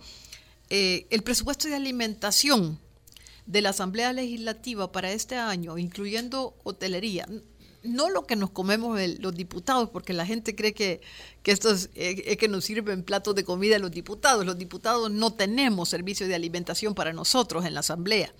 eh, el presupuesto de alimentación de la Asamblea Legislativa para este año, incluyendo hotelería, no lo que nos comemos el, los diputados, porque la gente cree que, que esto es, eh, es que nos sirven platos de comida los diputados. Los diputados no tenemos servicio de alimentación para nosotros en la Asamblea.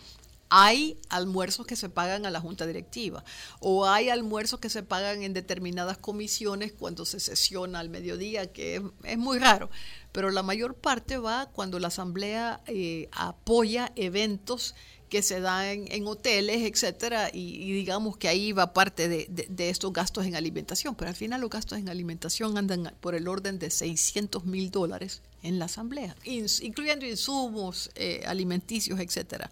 Hay almuerzos que se pagan a la Junta Directiva, o hay almuerzos que se pagan en determinadas comisiones cuando se sesiona al mediodía, que es, es muy raro, pero la mayor parte va cuando la Asamblea eh, apoya eventos que se dan en, en hoteles, etcétera, y, y digamos que ahí va parte de, de, de estos gastos en alimentación, pero al final los gastos en alimentación andan por el orden de seiscientos mil dólares en la Asamblea, ins, incluyendo insumos eh, alimenticios, etcétera.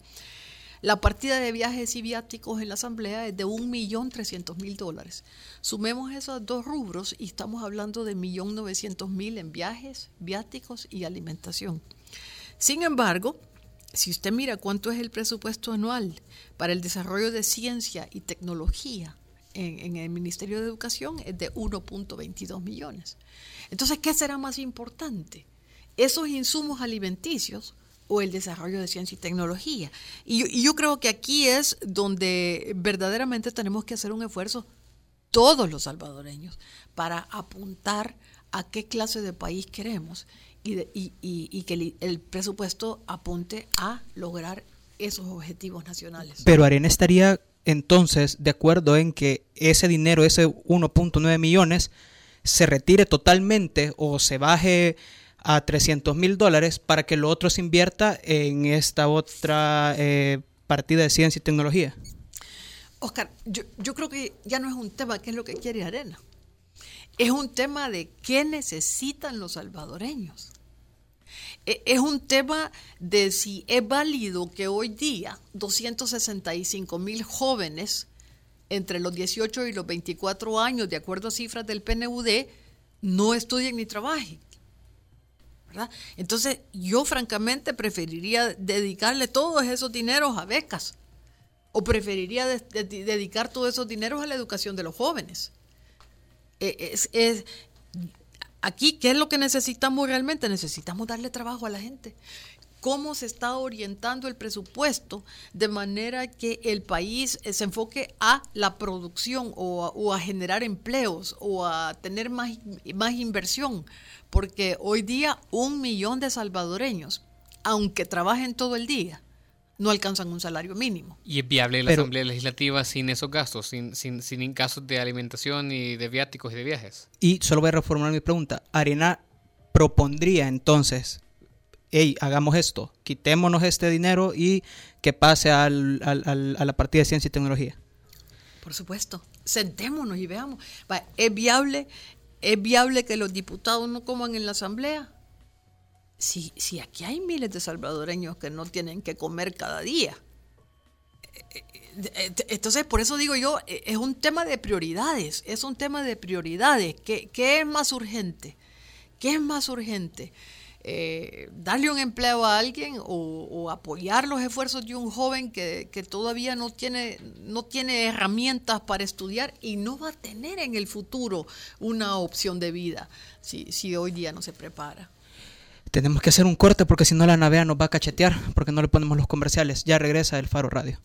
La partida de viajes y viáticos en la Asamblea es de un millón trescientos mil dólares. Sumemos esos dos rubros y estamos hablando de un millón novecientos mil en viajes, viáticos y alimentación. Sin embargo, si usted mira cuánto es el presupuesto anual para el desarrollo de ciencia y tecnología en, en el Ministerio de Educación, es de uno punto veintidós millones. Entonces, ¿qué será más importante? ¿Esos insumos alimenticios o el desarrollo de ciencia y tecnología? Y yo, y yo creo que aquí es donde verdaderamente tenemos que hacer un esfuerzo todos los salvadoreños para apuntar a qué clase de país queremos. Y, de, y, y, y que el, el presupuesto apunte a lograr esos objetivos nacionales. Pero Arena estaría entonces de acuerdo en que ese dinero, ese uno punto nueve millones, se retire totalmente o se baje a trescientos mil dólares para que lo otro se invierta en esta otra eh, partida de ciencia y tecnología. Oscar, yo, yo creo que ya no es un tema qué es lo que quiere Arena. Es un tema de qué necesitan los salvadoreños. Es un tema de si es válido que hoy día doscientos sesenta y cinco mil jóvenes entre los dieciocho y los veinticuatro años, de acuerdo a cifras del P N U D, no estudien ni trabajen, ¿verdad? Entonces, yo francamente preferiría dedicarle todos esos dineros a becas o preferiría de, de, dedicar todos esos dineros a la educación de los jóvenes. Es, es, aquí, ¿qué es lo que necesitamos realmente? Necesitamos darle trabajo a la gente. ¿Cómo se está orientando el presupuesto de manera que el país se enfoque a la producción o a, o a generar empleos o a tener más, más inversión? Porque hoy día un millón de salvadoreños, aunque trabajen todo el día, no alcanzan un salario mínimo. ¿Y es viable la Pero, Asamblea Legislativa sin esos gastos, sin, sin, sin casos de alimentación y de viáticos y de viajes? Y solo voy a reformular mi pregunta. Arena propondría entonces, hey, hagamos esto, quitémonos este dinero y que pase al, al, al, a la partida de ciencia y tecnología. Por supuesto, sentémonos y veamos. Va, ¿Es viable, es viable que los diputados no coman en la Asamblea? Si, si aquí hay miles de salvadoreños que no tienen que comer cada día. Entonces, por eso digo yo, es un tema de prioridades, es un tema de prioridades. ¿Qué, qué es más urgente? ¿Qué es más urgente? Eh, ¿Darle un empleo a alguien o, o apoyar los esfuerzos de un joven que, que todavía no tiene, no tiene herramientas para estudiar y no va a tener en el futuro una opción de vida si, si hoy día no se prepara? Tenemos que hacer un corte porque si no la navea nos va a cachetear porque no le ponemos los comerciales. Ya regresa El Faro Radio.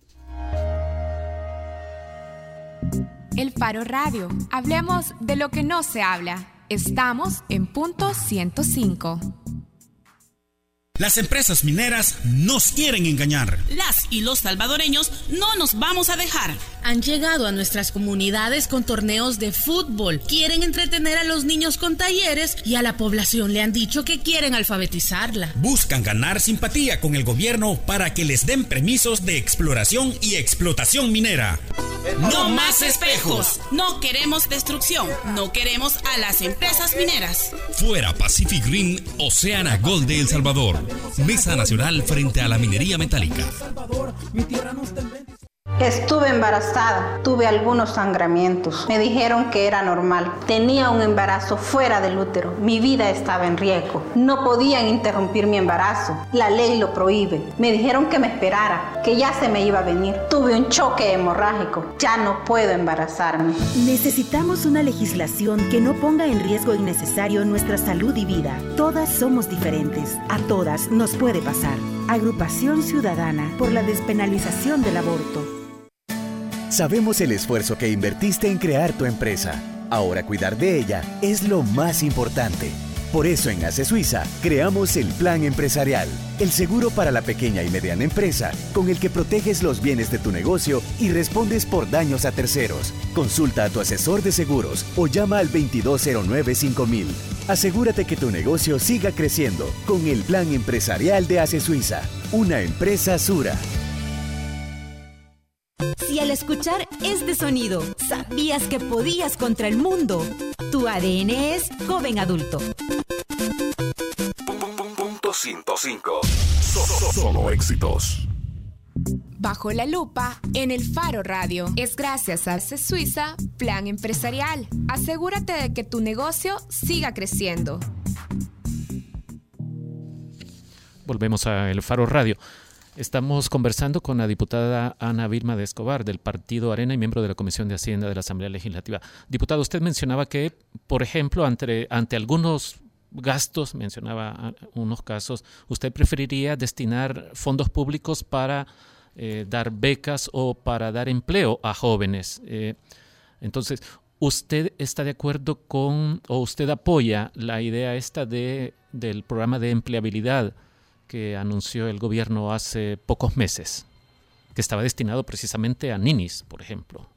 El Faro Radio. Hablemos de lo que no se habla. Estamos en punto ciento cinco. Las empresas mineras nos quieren engañar. Las y los salvadoreños no nos vamos a dejar. Han llegado a nuestras comunidades con torneos de fútbol. Quieren entretener a los niños con talleres y a la población le han dicho que quieren alfabetizarla. Buscan ganar simpatía con el gobierno para que les den permisos de exploración y explotación minera. No más espejos. No queremos destrucción. No queremos a las empresas mineras. Fuera Pacific Green, Oceana Gold de El Salvador. Mesa Nacional frente a la minería metálica. Estuve embarazada, tuve algunos sangramientos. Me dijeron que era normal. Tenía un embarazo fuera del útero. Mi vida estaba en riesgo. No podían interrumpir mi embarazo. La ley lo prohíbe. Me dijeron que me esperara, que ya se me iba a venir. Tuve un choque hemorrágico. Ya no puedo embarazarme. Necesitamos una legislación que no ponga en riesgo innecesario nuestra salud y vida. Todas somos diferentes. A todas nos puede pasar. Agrupación Ciudadana por la despenalización del aborto. Sabemos el esfuerzo que invertiste en crear tu empresa. Ahora cuidar de ella es lo más importante. Por eso en ACE Suiza creamos el Plan Empresarial, el seguro para la pequeña y mediana empresa, con el que proteges los bienes de tu negocio y respondes por daños a terceros. Consulta a tu asesor de seguros o llama al veintidós cero nueve cinco mil. Asegúrate que tu negocio siga creciendo con el Plan Empresarial de ACE Suiza, una empresa Sura. Si al escuchar este sonido sabías que podías contra el mundo, tu A D N es joven adulto. Punto ciento cinco. Solo éxitos. Bajo la lupa en el Faro Radio. Es gracias a ACE Suiza Plan Empresarial. Asegúrate de que tu negocio siga creciendo. Volvemos a El Faro Radio. Estamos conversando con la diputada Ana Vilma de Escobar del Partido Arena y miembro de la Comisión de Hacienda de la Asamblea Legislativa. Diputada, usted mencionaba que, por ejemplo, ante, ante algunos gastos, mencionaba unos casos, usted preferiría destinar fondos públicos para eh, dar becas o para dar empleo a jóvenes. Eh, entonces, ¿usted está de acuerdo con o usted apoya la idea esta de del programa de empleabilidad que anunció el gobierno hace pocos meses, que estaba destinado precisamente a ninis, por ejemplo?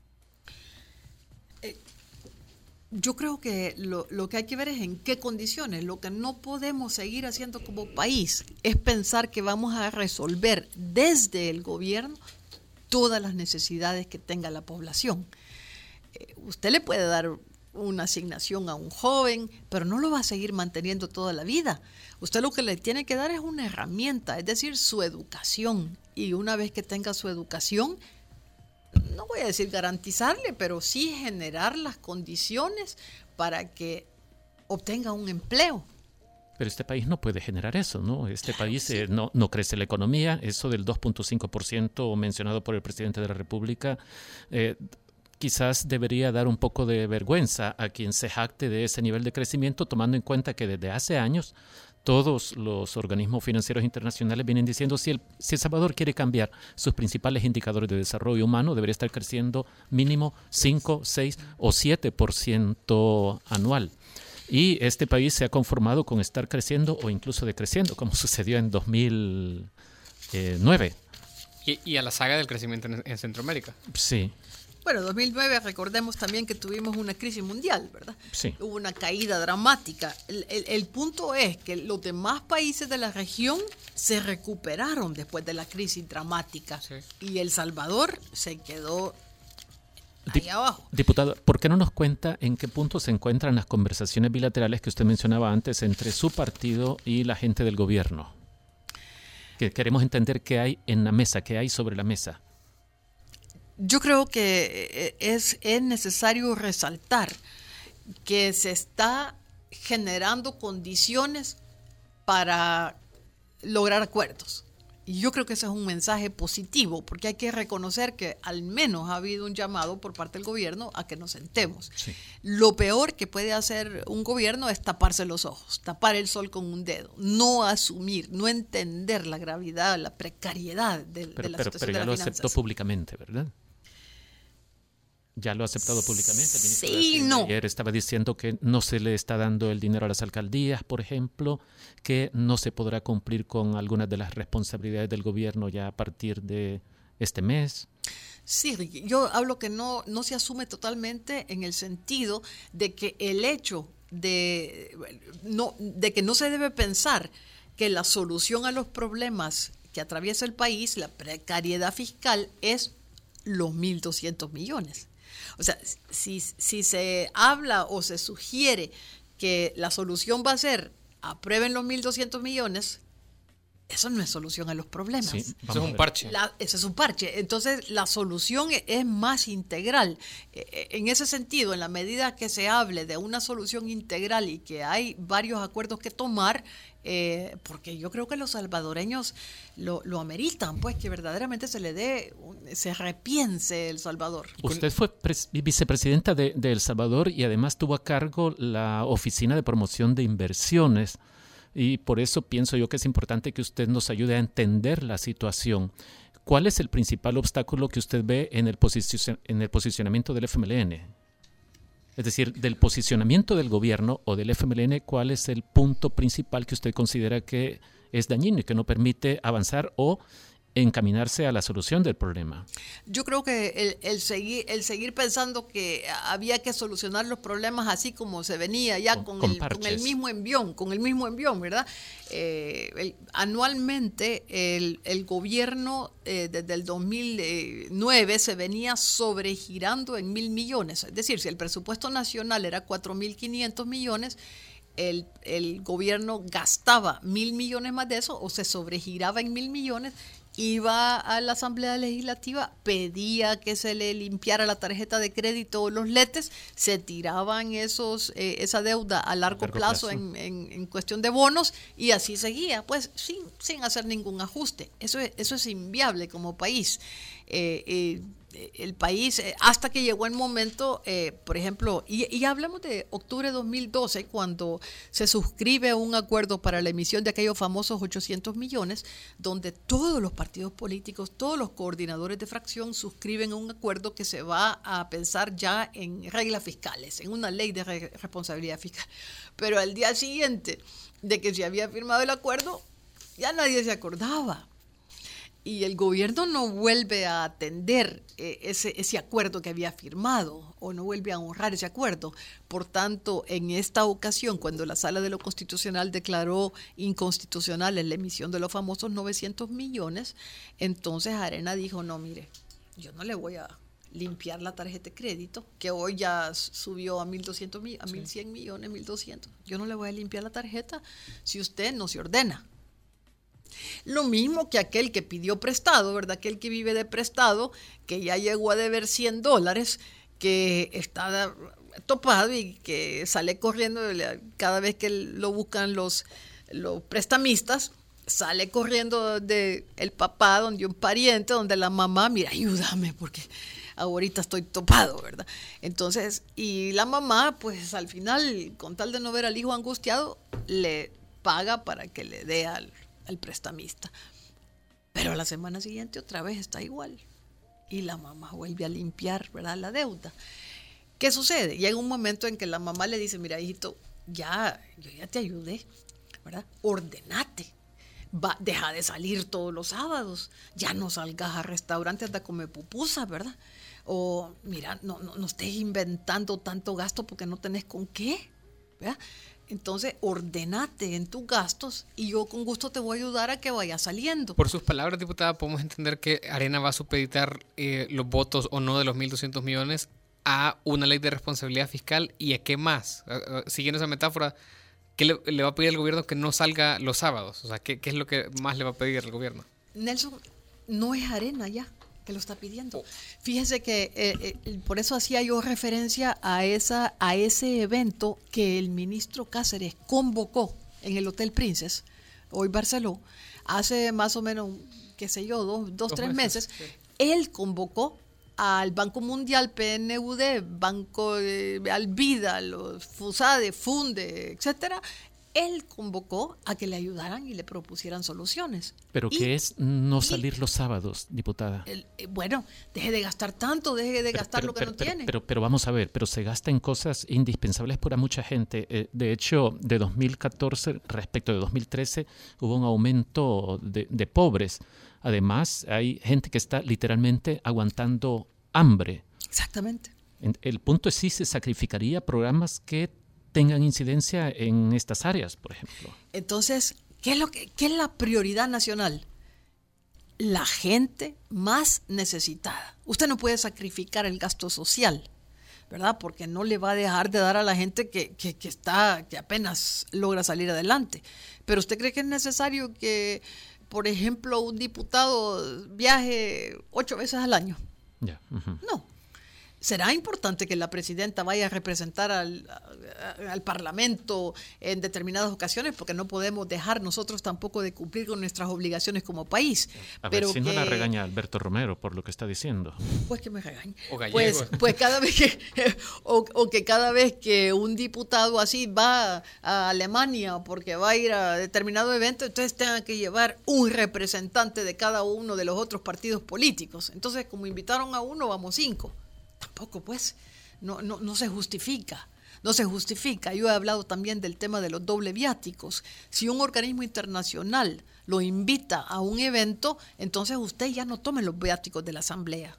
Eh, yo creo que lo, lo que hay que ver es en qué condiciones. Lo que no podemos seguir haciendo como país es pensar que vamos a resolver desde el gobierno todas las necesidades que tenga la población. Eh, usted le puede dar una asignación a un joven, pero no lo va a seguir manteniendo toda la vida. Usted lo que le tiene que dar es una herramienta, es decir, su educación. Y una vez que tenga su educación, no voy a decir garantizarle, pero sí generar las condiciones para que obtenga un empleo. Pero este país no puede generar eso, ¿no? Este claro, país sí. eh, no, no crece la economía, eso del dos punto cinco por ciento mencionado por el presidente de la República, eh, quizás debería dar un poco de vergüenza a quien se jacte de ese nivel de crecimiento, tomando en cuenta que desde hace años todos los organismos financieros internacionales vienen diciendo si el, si El Salvador quiere cambiar sus principales indicadores de desarrollo humano, debería estar creciendo mínimo cinco, seis o siete por ciento anual. Y este país se ha conformado con estar creciendo o incluso decreciendo, como sucedió en dos mil nueve. Y, y a la saga del crecimiento en, en Centroamérica. Sí. Bueno, dos mil nueve, recordemos también que tuvimos una crisis mundial, ¿verdad? Sí. Hubo una caída dramática. El, el, el punto es que los demás países de la región se recuperaron después de la crisis dramática. Sí. Y El Salvador se quedó ahí Dip, abajo. Diputado, ¿por qué no nos cuenta en qué punto se encuentran las conversaciones bilaterales que usted mencionaba antes entre su partido y la gente del gobierno? Que queremos entender qué hay en la mesa, qué hay sobre la mesa. Yo creo que es, es necesario resaltar que se está generando condiciones para lograr acuerdos. Y yo creo que ese es un mensaje positivo, porque hay que reconocer que al menos ha habido un llamado por parte del gobierno a que nos sentemos. Sí. Lo peor que puede hacer un gobierno es taparse los ojos, tapar el sol con un dedo, no asumir, no entender la gravedad, la precariedad de, pero, de la pero, situación pero ya de las lo finanzas. aceptó públicamente, ¿verdad? Ya lo ha aceptado públicamente. El ministro sí, no. Ayer estaba diciendo que no se le está dando el dinero a las alcaldías, por ejemplo, que no se podrá cumplir con algunas de las responsabilidades del gobierno ya a partir de este mes. Sí, Ricky, yo hablo que no, no se asume totalmente en el sentido de que el hecho de, no, de que no se debe pensar que la solución a los problemas que atraviesa el país, la precariedad fiscal, es los mil doscientos millones. O sea, si, si se habla o se sugiere que la solución va a ser aprueben los mil doscientos millones, eso no es solución a los problemas. Sí, eso es un parche. La, eso es un parche. Entonces, la solución es más integral. En ese sentido, en la medida que se hable de una solución integral y que hay varios acuerdos que tomar, eh, porque yo creo que los salvadoreños lo, lo ameritan, pues que verdaderamente se le dé, se repiense El Salvador. Usted fue pres- vicepresidenta de, de El Salvador y además tuvo a cargo la Oficina de Promoción de Inversiones. Y por eso pienso yo que es importante que usted nos ayude a entender la situación. ¿Cuál es el principal obstáculo que usted ve en el, posicion- en el posicionamiento del F M L N? Es decir, del posicionamiento del gobierno o del F M L N, ¿cuál es el punto principal que usted considera que es dañino y que no permite avanzar o encaminarse a la solución del problema? Yo creo que el, el, seguir, el seguir pensando que había que solucionar los problemas así como se venía ya con, con, el, con el mismo envión, con el mismo envión, ¿verdad? Eh, el, anualmente el, el gobierno eh, desde el dos mil nueve se venía sobregirando en mil millones. Es decir, si el presupuesto nacional era cuatro mil quinientos millones, El, el gobierno gastaba mil millones más de eso o se sobregiraba en mil millones, iba a la Asamblea Legislativa, pedía que se le limpiara la tarjeta de crédito o los letes, se tiraban esos eh, esa deuda a largo, largo plazo, plazo. En, en, en cuestión de bonos y así seguía, pues sin, sin hacer ningún ajuste. Eso es, eso es inviable como país. Eh, eh, el país, hasta que llegó el momento, eh, por ejemplo, y, y hablamos de octubre de dos mil doce, cuando se suscribe un acuerdo para la emisión de aquellos famosos ochocientos millones, donde todos los partidos políticos, todos los coordinadores de fracción suscriben un acuerdo que se va a pensar ya en reglas fiscales, en una ley de re- responsabilidad fiscal. Pero al día siguiente de que se había firmado el acuerdo, ya nadie se acordaba. Y el gobierno no vuelve a atender eh, ese, ese acuerdo que había firmado o no vuelve a honrar ese acuerdo. Por tanto, en esta ocasión, cuando la Sala de lo Constitucional declaró inconstitucional la emisión de los famosos novecientos millones, entonces Arena dijo, no, mire, yo no le voy a limpiar la tarjeta de crédito, que hoy ya subió a mil doscientos, a mil cien millones, mil doscientos. Yo no le voy a limpiar la tarjeta si usted no se ordena. Lo mismo que aquel que pidió prestado, ¿verdad? Aquel que vive de prestado, que ya llegó a deber cien dólares, que está topado y que sale corriendo cada vez que lo buscan los, los prestamistas, sale corriendo de el papá, donde un pariente, donde la mamá, mira, ayúdame porque ahorita estoy topado, ¿verdad? Entonces, y la mamá, pues al final, con tal de no ver al hijo angustiado, le paga para que le dé al, al prestamista. Pero a la semana siguiente otra vez está igual. Y la mamá vuelve a limpiar, ¿verdad?, la deuda. ¿Qué sucede? Llega un momento en que la mamá le dice, mira, hijito, ya, yo ya te ayudé, ¿verdad? Ordenate. Va, deja de salir todos los sábados. Ya no salgas a restaurantes a comer pupusas, ¿verdad? O, mira, no, no, no estés inventando tanto gasto porque no tenés con qué, ¿verdad? Entonces, ordenate en tus gastos y yo con gusto te voy a ayudar a que vaya saliendo. Por sus palabras, diputada, podemos entender que Arena va a supeditar eh, los votos o no de los mil doscientos millones a una ley de responsabilidad fiscal. ¿Y a qué más? Uh, uh, siguiendo esa metáfora, ¿qué le, le va a pedir al gobierno que no salga los sábados? O sea, ¿qué, qué es lo que más le va a pedir al gobierno? Nelson, no es Arena ya que lo está pidiendo. Fíjese que eh, eh, por eso hacía yo referencia a esa a ese evento que el ministro Cáceres convocó en el Hotel Princess, hoy Barceló, hace más o menos, qué sé yo, dos, dos, dos tres meses. meses. Sí. Él convocó al Banco Mundial, P N U D, Banco eh, Alvida, los FUSADE, FUNDE, etcétera. Él convocó a que le ayudaran y le propusieran soluciones. ¿Pero y, qué es no salir y, los sábados, diputada? El, eh, bueno, deje de gastar tanto, deje de pero, gastar pero, lo que pero, no pero, tiene. Pero, pero vamos a ver, pero se gasta en cosas indispensables para mucha gente. Eh, de hecho, de dos mil catorce respecto de dos mil trece hubo un aumento de, de pobres. Además, hay gente que está literalmente aguantando hambre. Exactamente. El punto es si se sacrificaría programas que tengan incidencia en estas áreas, por ejemplo. Entonces, ¿qué es lo que, qué es la prioridad nacional? La gente más necesitada. Usted no puede sacrificar el gasto social, ¿verdad? Porque no le va a dejar de dar a la gente que, que, que está, que apenas logra salir adelante. Pero ¿usted cree que es necesario que, por ejemplo, un diputado viaje ocho veces al año? Yeah. Uh-huh. No. ¿Será importante que la presidenta vaya a representar al, al Parlamento en determinadas ocasiones? Porque no podemos dejar nosotros tampoco de cumplir con nuestras obligaciones como país. A Pero ver, si que, no la regaña Alberto Romero por lo que está diciendo. Pues que me regañe. O gallego. Pues, pues cada vez que, o, o que cada vez que un diputado así va a Alemania porque va a ir a determinado evento, entonces tenga que llevar un representante de cada uno de los otros partidos políticos. Entonces, como invitaron a uno, vamos cinco. Tampoco, pues, no, no, no se justifica, no se justifica. Yo he hablado también del tema de los doble viáticos. Si un organismo internacional lo invita a un evento, entonces usted ya no tome los viáticos de la asamblea.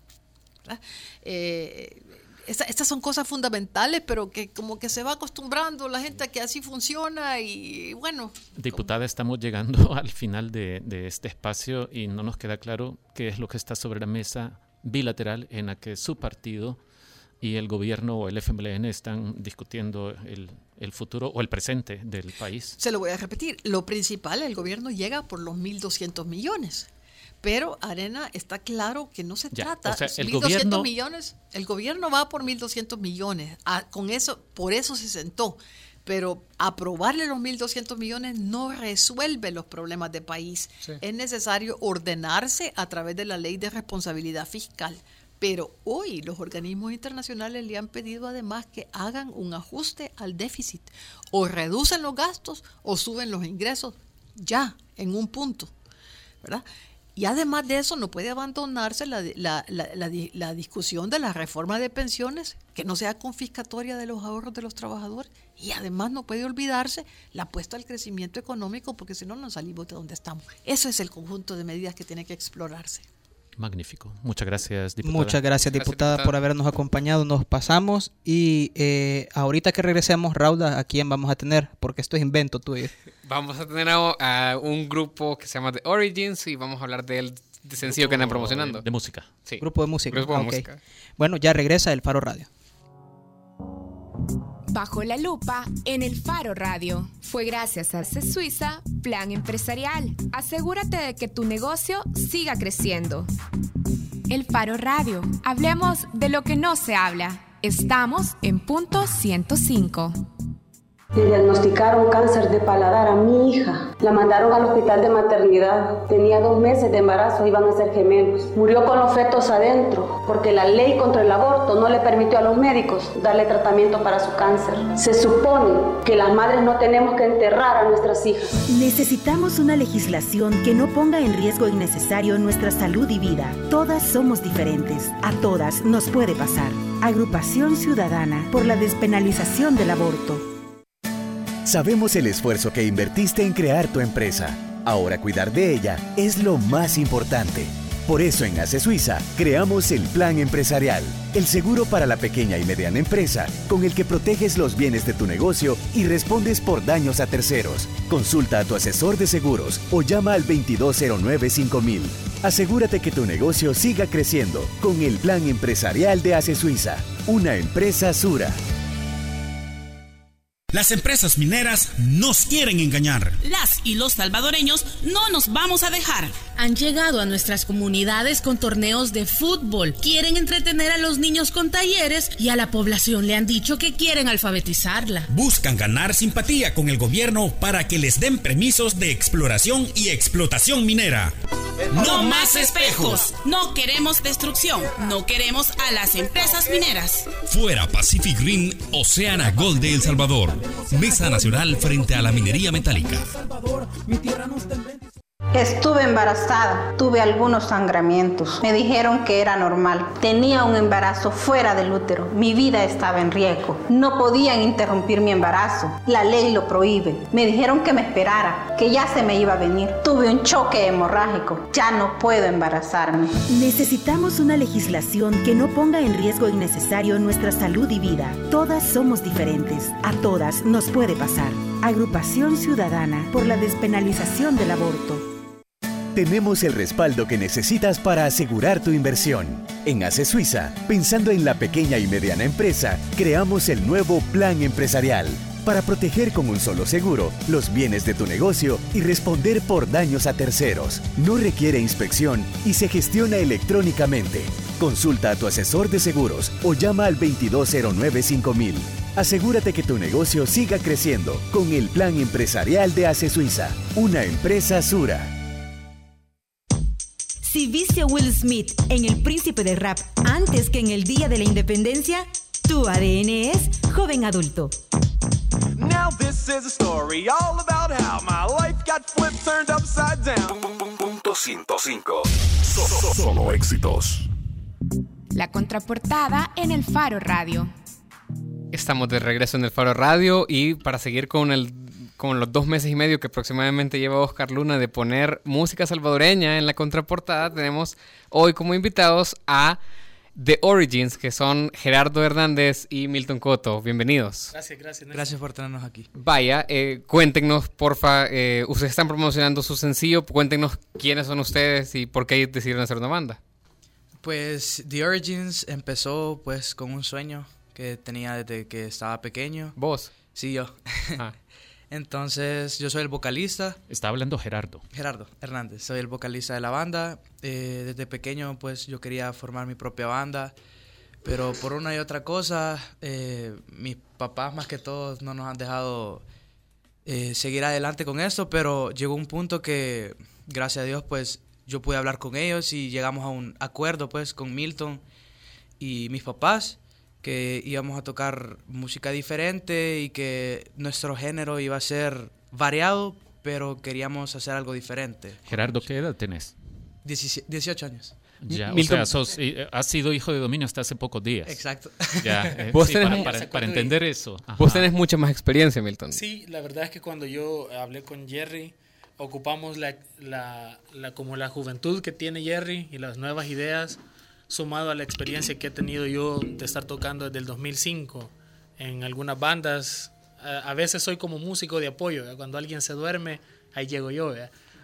Eh, esta, estas son cosas fundamentales, pero que como que se va acostumbrando la gente a que así funciona y bueno. Diputada, estamos llegando al final de, de este espacio y no nos queda claro qué es lo que está sobre la mesa bilateral en la que su partido y el gobierno o el F M L N están discutiendo el, el futuro o el presente del país. Se lo voy a repetir. Lo principal, el gobierno llega por los mil doscientos millones. Pero, Arena, está claro que no se ya, trata. O sea, el mil doscientos gobierno, millones, el gobierno va por mil doscientos millones. Ah, con eso, por eso se sentó. Pero aprobarle los mil doscientos millones no resuelve los problemas de país. Sí. Es necesario ordenarse a través de la ley de responsabilidad fiscal. Pero hoy los organismos internacionales le han pedido además que hagan un ajuste al déficit. O reducen los gastos o suben los ingresos ya, en un punto, ¿verdad? Y además de eso no puede abandonarse la, la, la, la, la discusión de la reforma de pensiones, que no sea confiscatoria de los ahorros de los trabajadores. Y además no puede olvidarse la apuesta al crecimiento económico, porque si no, no salimos de donde estamos. Eso es el conjunto de medidas que tiene que explorarse. Magnífico. Muchas gracias, diputada. Muchas gracias, diputada, gracias, diputada. por habernos acompañado. Nos pasamos y eh, ahorita que regresemos, Raúl, ¿a quién vamos a tener? Porque esto es invento tuyo. Vamos a tener a, a un grupo que se llama The Origins y vamos a hablar del sencillo que andan promocionando. De, de música. Sí. Grupo de música. Grupo de Ah, okay. música. Bueno, ya regresa el Faro Radio. Bajo la lupa en el Faro Radio. Fue gracias a C Suiza Plan Empresarial. Asegúrate de que tu negocio siga creciendo. El Faro Radio. Hablemos de lo que no se habla. Estamos en punto ciento cinco. Le diagnosticaron cáncer de paladar a mi hija. La mandaron al hospital de maternidad. Tenía dos meses de embarazo, iban a ser gemelos. Murió con los fetos adentro, porque la ley contra el aborto no le permitió a los médicos darle tratamiento para su cáncer. Se supone que las madres no tenemos que enterrar a nuestras hijas. Necesitamos una legislación que no ponga en riesgo innecesario nuestra salud y vida. Todas somos diferentes. A todas nos puede pasar. Agrupación Ciudadana por la despenalización del aborto. Sabemos el esfuerzo que invertiste en crear tu empresa. Ahora cuidar de ella es lo más importante. Por eso en ACE Suiza creamos el Plan Empresarial, el seguro para la pequeña y mediana empresa, con el que proteges los bienes de tu negocio y respondes por daños a terceros. Consulta a tu asesor de seguros o llama al veintidós cero nueve cinco mil. Asegúrate que tu negocio siga creciendo con el Plan Empresarial de ACE Suiza, una empresa Sura. Las empresas mineras nos quieren engañar. Las y los salvadoreños no nos vamos a dejar. Han llegado a nuestras comunidades con torneos de fútbol. Quieren entretener a los niños con talleres y a la población le han dicho que quieren alfabetizarla. Buscan ganar simpatía con el gobierno para que les den permisos de exploración y explotación minera. No más espejos. No queremos destrucción. No queremos a las empresas mineras. Fuera Pacific Green, Oceana Gold de El Salvador. Mesa Nacional frente a la minería metálica. Estuve embarazada, tuve algunos sangramientos. Me dijeron que era normal. Tenía un embarazo fuera del útero. Mi vida estaba en riesgo. No podían interrumpir mi embarazo. La ley lo prohíbe. Me dijeron que me esperara, que ya se me iba a venir. Tuve un choque hemorrágico. Ya no puedo embarazarme. Necesitamos una legislación que no ponga en riesgo innecesario nuestra salud y vida. Todas somos diferentes. A todas nos puede pasar. Agrupación Ciudadana por la despenalización del aborto. Tenemos el respaldo que necesitas para asegurar tu inversión. En ACE Suiza, pensando en la pequeña y mediana empresa, creamos el nuevo Plan Empresarial para proteger con un solo seguro los bienes de tu negocio y responder por daños a terceros. No requiere inspección y se gestiona electrónicamente. Consulta a tu asesor de seguros o llama al veintidós cero nueve cinco mil. Asegúrate que tu negocio siga creciendo con el Plan Empresarial de ACE Suiza, una empresa Sura. Si viste a Will Smith en El Príncipe del Rap antes que en el Día de la Independencia, tu A D N es joven adulto. Now this is a story all about how my life got flipped, turned upside down. Punto ciento cinco. So- so- Solo éxitos. La contraportada en el Faro Radio. Estamos de regreso en el Faro Radio y para seguir con el con los dos meses y medio que aproximadamente lleva Oscar Luna de poner música salvadoreña en la contraportada, tenemos hoy como invitados a The Origins, que son Gerardo Hernández y Milton Cotto. Bienvenidos. Gracias, gracias. Nelson. Gracias por tenernos aquí. Vaya, eh, cuéntenos, porfa, eh, ustedes están promocionando su sencillo, cuéntenos quiénes son ustedes y por qué decidieron hacer una banda. Pues The Origins empezó pues con un sueño que tenía desde que estaba pequeño. ¿Vos? Sí, yo. Ah. Entonces, yo soy el vocalista. Está hablando Gerardo. Gerardo Hernández, soy el vocalista de la banda. Eh, desde pequeño, pues, yo quería formar mi propia banda. Pero por una y otra cosa, eh, mis papás, más que todos, no nos han dejado eh, seguir adelante con esto. Pero llegó un punto que, gracias a Dios, pues, yo pude hablar con ellos y llegamos a un acuerdo, pues, con Milton y mis papás, que íbamos a tocar música diferente y que nuestro género iba a ser variado, pero queríamos hacer algo diferente. Gerardo, ¿qué edad tenés? dieciocho años. Ya, Milton, o sea, sos, eh, has sido hijo de dominio hasta hace pocos días. Exacto. Ya, eh, ¿Vos sí, tenés, para, para, para entender eso. Ajá. Vos tenés mucha más experiencia, Milton. Sí, la verdad es que cuando yo hablé con Jerry, ocupamos la, la, la, como la juventud que tiene Jerry y las nuevas ideas, sumado a la experiencia que he tenido yo de estar tocando desde el dos mil cinco en algunas bandas. A, a veces soy como músico de apoyo, ¿verdad? Cuando alguien se duerme, ahí llego yo, ¿verdad?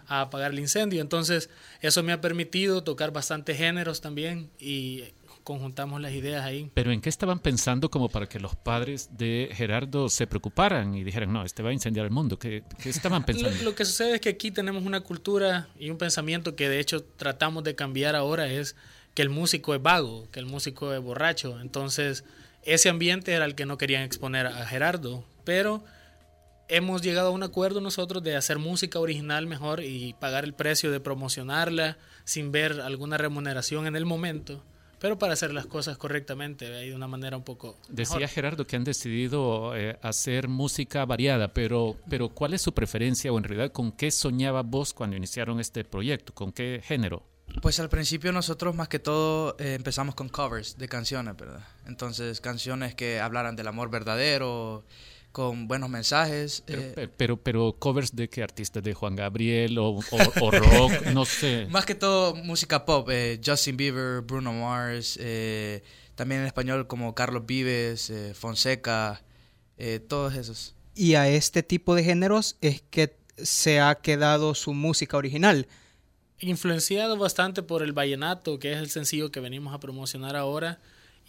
a apagar el incendio. Entonces eso me ha permitido tocar bastantes géneros también y conjuntamos las ideas ahí. ¿Pero en qué estaban pensando como para que los padres de Gerardo se preocuparan y dijeran, no, este va a incendiar el mundo? ¿Qué, qué estaban pensando? Lo, lo que sucede es que aquí tenemos una cultura y un pensamiento que de hecho tratamos de cambiar ahora, es que el músico es vago, que el músico es borracho. Entonces ese ambiente era el que no querían exponer a Gerardo, pero hemos llegado a un acuerdo nosotros de hacer música original mejor y pagar el precio de promocionarla sin ver alguna remuneración en el momento, pero para hacer las cosas correctamente y de una manera un poco Decía mejor. Gerardo que han decidido eh, hacer música variada, pero, pero ¿cuál es su preferencia o en realidad con qué soñaba vos cuando iniciaron este proyecto? ¿Con qué género? Pues al principio nosotros más que todo eh, empezamos con covers de canciones, ¿verdad? Entonces canciones que hablaran del amor verdadero, con buenos mensajes. Pero, eh, pero, pero covers de qué artistas, de Juan Gabriel o, o, o rock, no sé. Más que todo música pop, eh, Justin Bieber, Bruno Mars, eh, también en español como Carlos Vives, eh, Fonseca, eh, todos esos. Y a este tipo de géneros es que se ha quedado su música original. Influenciado bastante por el vallenato, que es el sencillo que venimos a promocionar ahora,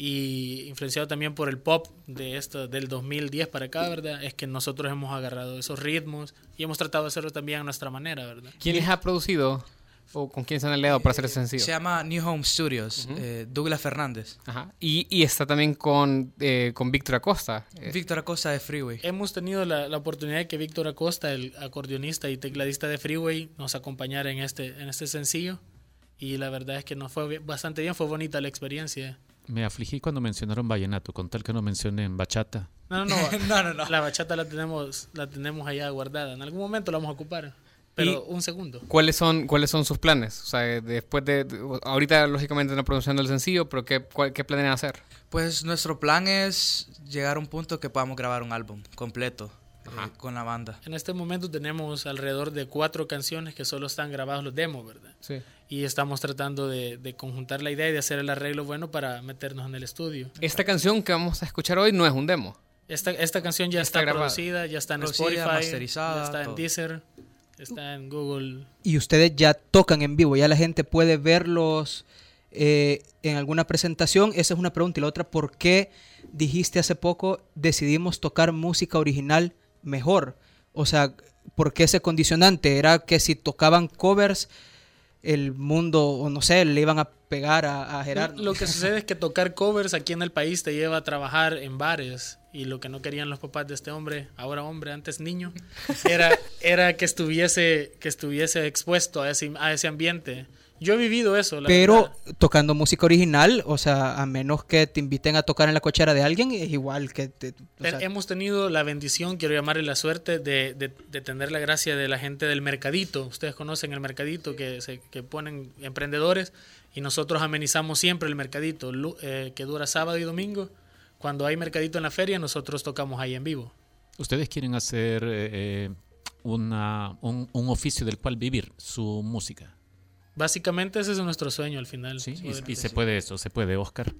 y influenciado también por el pop de esto del dos mil diez para acá, ¿verdad? Es que nosotros hemos agarrado esos ritmos y hemos tratado de hacerlo también a nuestra manera, ¿verdad? ¿Quién les ha producido o con quién se han aliado para hacer ese sencillo? Se llama New Home Studios, uh-huh. eh, Douglas Fernández. Ajá. Y, y está también con, eh, con Víctor Acosta. Víctor Acosta de Freeway. Hemos tenido la, la oportunidad de que Víctor Acosta, el acordeonista y tecladista de Freeway, nos acompañara en este, en este sencillo. Y la verdad es que nos fue bastante bien, fue bonita la experiencia. Me afligí cuando mencionaron vallenato, con tal que no mencionen bachata. No, no, no, no, no, no. La bachata la tenemos, la tenemos allá guardada. En algún momento la vamos a ocupar. Pero un segundo. ¿Cuáles son, cuáles son sus planes? O sea, después de, de ahorita lógicamente están produciendo el sencillo, pero ¿qué, cuál, qué planean hacer? Pues nuestro plan es llegar a un punto que podamos grabar un álbum completo eh, con la banda. En este momento tenemos alrededor de cuatro canciones que solo están grabados los demos, ¿verdad? Sí. Y estamos tratando de, de conjuntar la idea y de hacer el arreglo bueno para meternos en el estudio. Esta canción que vamos a escuchar hoy no es un demo. Esta, esta canción ya está, está producida, ya está en producida, Spotify, masterizada, ya está todo. en Deezer, está en Google. Y ustedes ya tocan en vivo, ya la gente puede verlos eh, en alguna presentación. Esa es una pregunta. Y la otra, ¿por qué dijiste hace poco decidimos tocar música original mejor? O sea, ¿por qué ese condicionante? ¿Era que si tocaban covers el mundo, o no sé, le iban a pegar a, a Gerardo? Lo que sucede es que tocar covers aquí en el país te lleva a trabajar en bares, y lo que no querían los papás de este hombre, ahora hombre, antes niño, era, era que estuviese que estuviese expuesto a ese, a ese ambiente. Yo he vivido eso, la Pero verdad. Tocando música original, o sea, a menos que te inviten a tocar en la cochera de alguien, es igual que... Te, o sea, hemos tenido la bendición, quiero llamarle la suerte, de, de, de tener la gracia de la gente del mercadito. Ustedes conocen el mercadito que, se, que ponen emprendedores, y nosotros amenizamos siempre el mercadito, eh, que dura sábado y domingo. Cuando hay mercadito en la feria, nosotros tocamos ahí en vivo. ¿Ustedes quieren hacer eh, una, un, un oficio del cual vivir su música? Básicamente ese es nuestro sueño al final. Sí, y, y se puede eso, se puede, Oscar.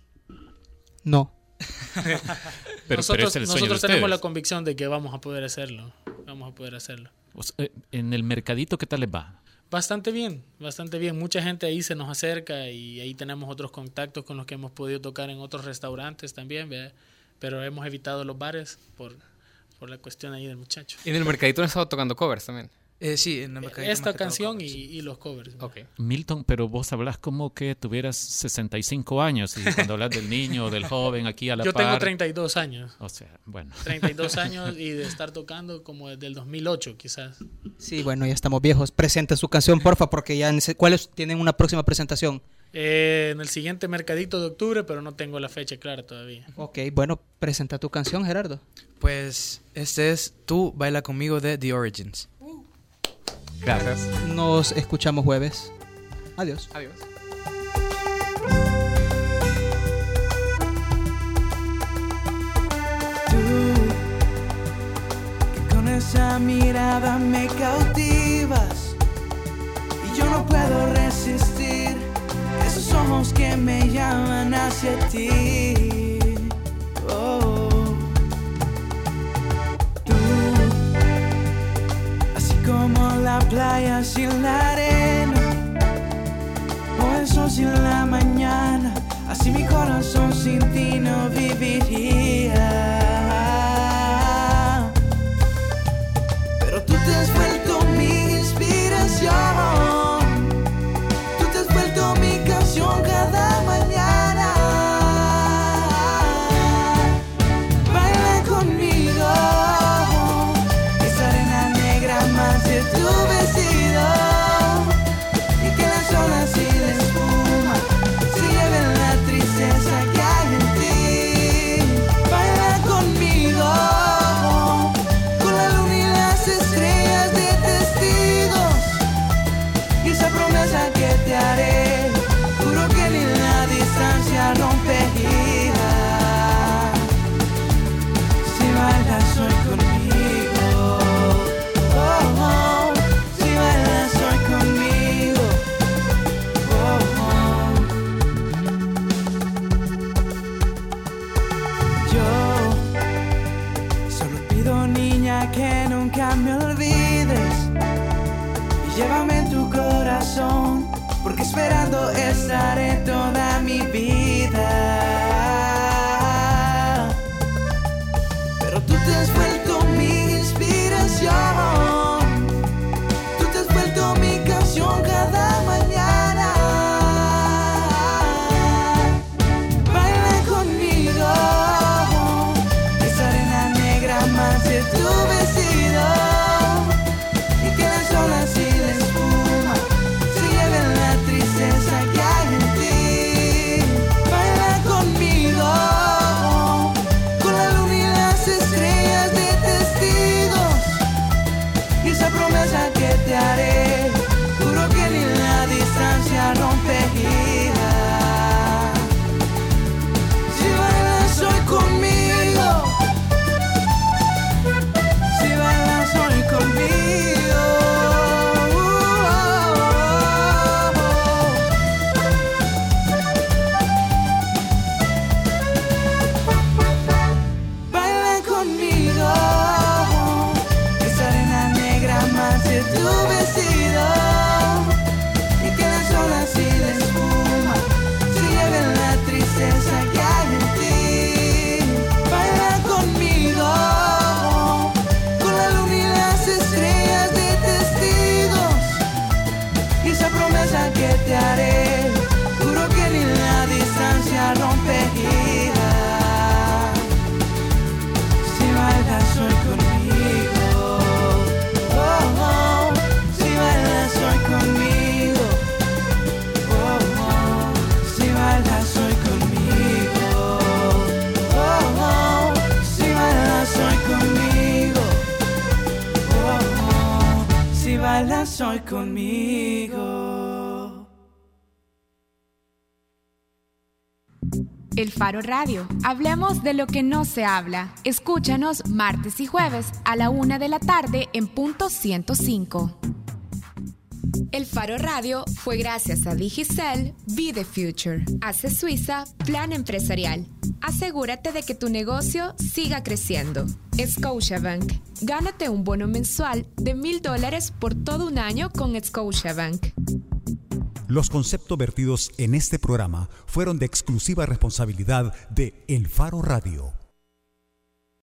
No. pero, nosotros pero es el nosotros de tenemos la convicción de que vamos a poder hacerlo. Vamos a poder hacerlo. O sea, en el mercadito, ¿qué tal les va? Bastante bien, bastante bien. Mucha gente ahí se nos acerca y ahí tenemos otros contactos con los que hemos podido tocar en otros restaurantes también, ¿verdad? Pero hemos evitado los bares por, por la cuestión ahí del muchacho. ¿Y en el mercadito han estado tocando covers también? Eh, sí, en el mercadito. Esta canción y, y los covers. Okay. Milton, pero vos hablas como que tuvieras sesenta y cinco años y cuando hablas del niño o del joven aquí a la Yo par... Yo tengo treinta y dos años. O sea, bueno. treinta y dos años y de estar tocando como desde el dos mil ocho quizás. Sí, bueno, ya estamos viejos. Presenten su canción, porfa, porque ya... ¿Cuáles tienen una próxima presentación? Eh, en el siguiente mercadito de octubre, pero no tengo la fecha clara todavía. Ok, bueno, presenta tu canción, Gerardo. Pues este es Tú Baila Conmigo de The Origins. Gracias. Nos escuchamos jueves. Adiós. Adiós. Tú, que con esa mirada me cautivas y yo no puedo resistir esos ojos que me llaman hacia ti. Oh. Tú, así como la playa sin la arena, o el sol sin la mañana, así mi corazón sin ti no viviría. Pero tú te has vuelto mi inspiración, tú te has vuelto mi canción cada mañana. Baila conmigo, esa arena negra más de tu vestido, y que las olas y la espuma se lleven la tristeza que hay en ti. Baila conmigo, con la luna y las estrellas de testigos, y esa promesa que te haré, juro que ni la distancia rompería. Si bailas hoy conmigo, oh, oh, si bailas hoy conmigo, oh, oh. Yo solo pido, niña, que nunca me olvides y llévame en tu corazón, porque esperando estaré toda mi vida. Pero tú te has vuelto mi inspiración, tú te has vuelto mi canción cada mañana. Baila conmigo, esa arena negra más de tu vestido, y que las olas y la espuma se lleven la tristeza que hay en ti. Baila conmigo, con la luna y las estrellas de testigos, y esa promesa que te haré, juro que ni la distancia rompería. Si bailas hoy conmigo, si bailas hoy conmigo, baila conmigo, esa arena negra más de tu vestido, y que las olas y la espuma se lleven la tristeza que hay en ti. Baila conmigo, con la luna y las estrellas de testigos, y esa promesa que te haré, juro que ni la distancia rompería. Si bailas hoy conmigo, oh, oh, si bailas hoy conmigo, oh, oh, si bailas hoy conmigo, oh, oh, si bailas hoy conmigo, oh, oh, si bailas hoy conmigo. El Faro Radio. Hablemos de lo que no se habla. Escúchanos martes y jueves a la una de la tarde en punto ciento cinco. El Faro Radio fue gracias a Digicel, Be the Future. Hace Suiza, Plan Empresarial. Asegúrate de que tu negocio siga creciendo. Scotiabank. Gánate un bono mensual de mil dólares por todo un año con Scotiabank. Los conceptos vertidos en este programa fueron de exclusiva responsabilidad de El Faro Radio.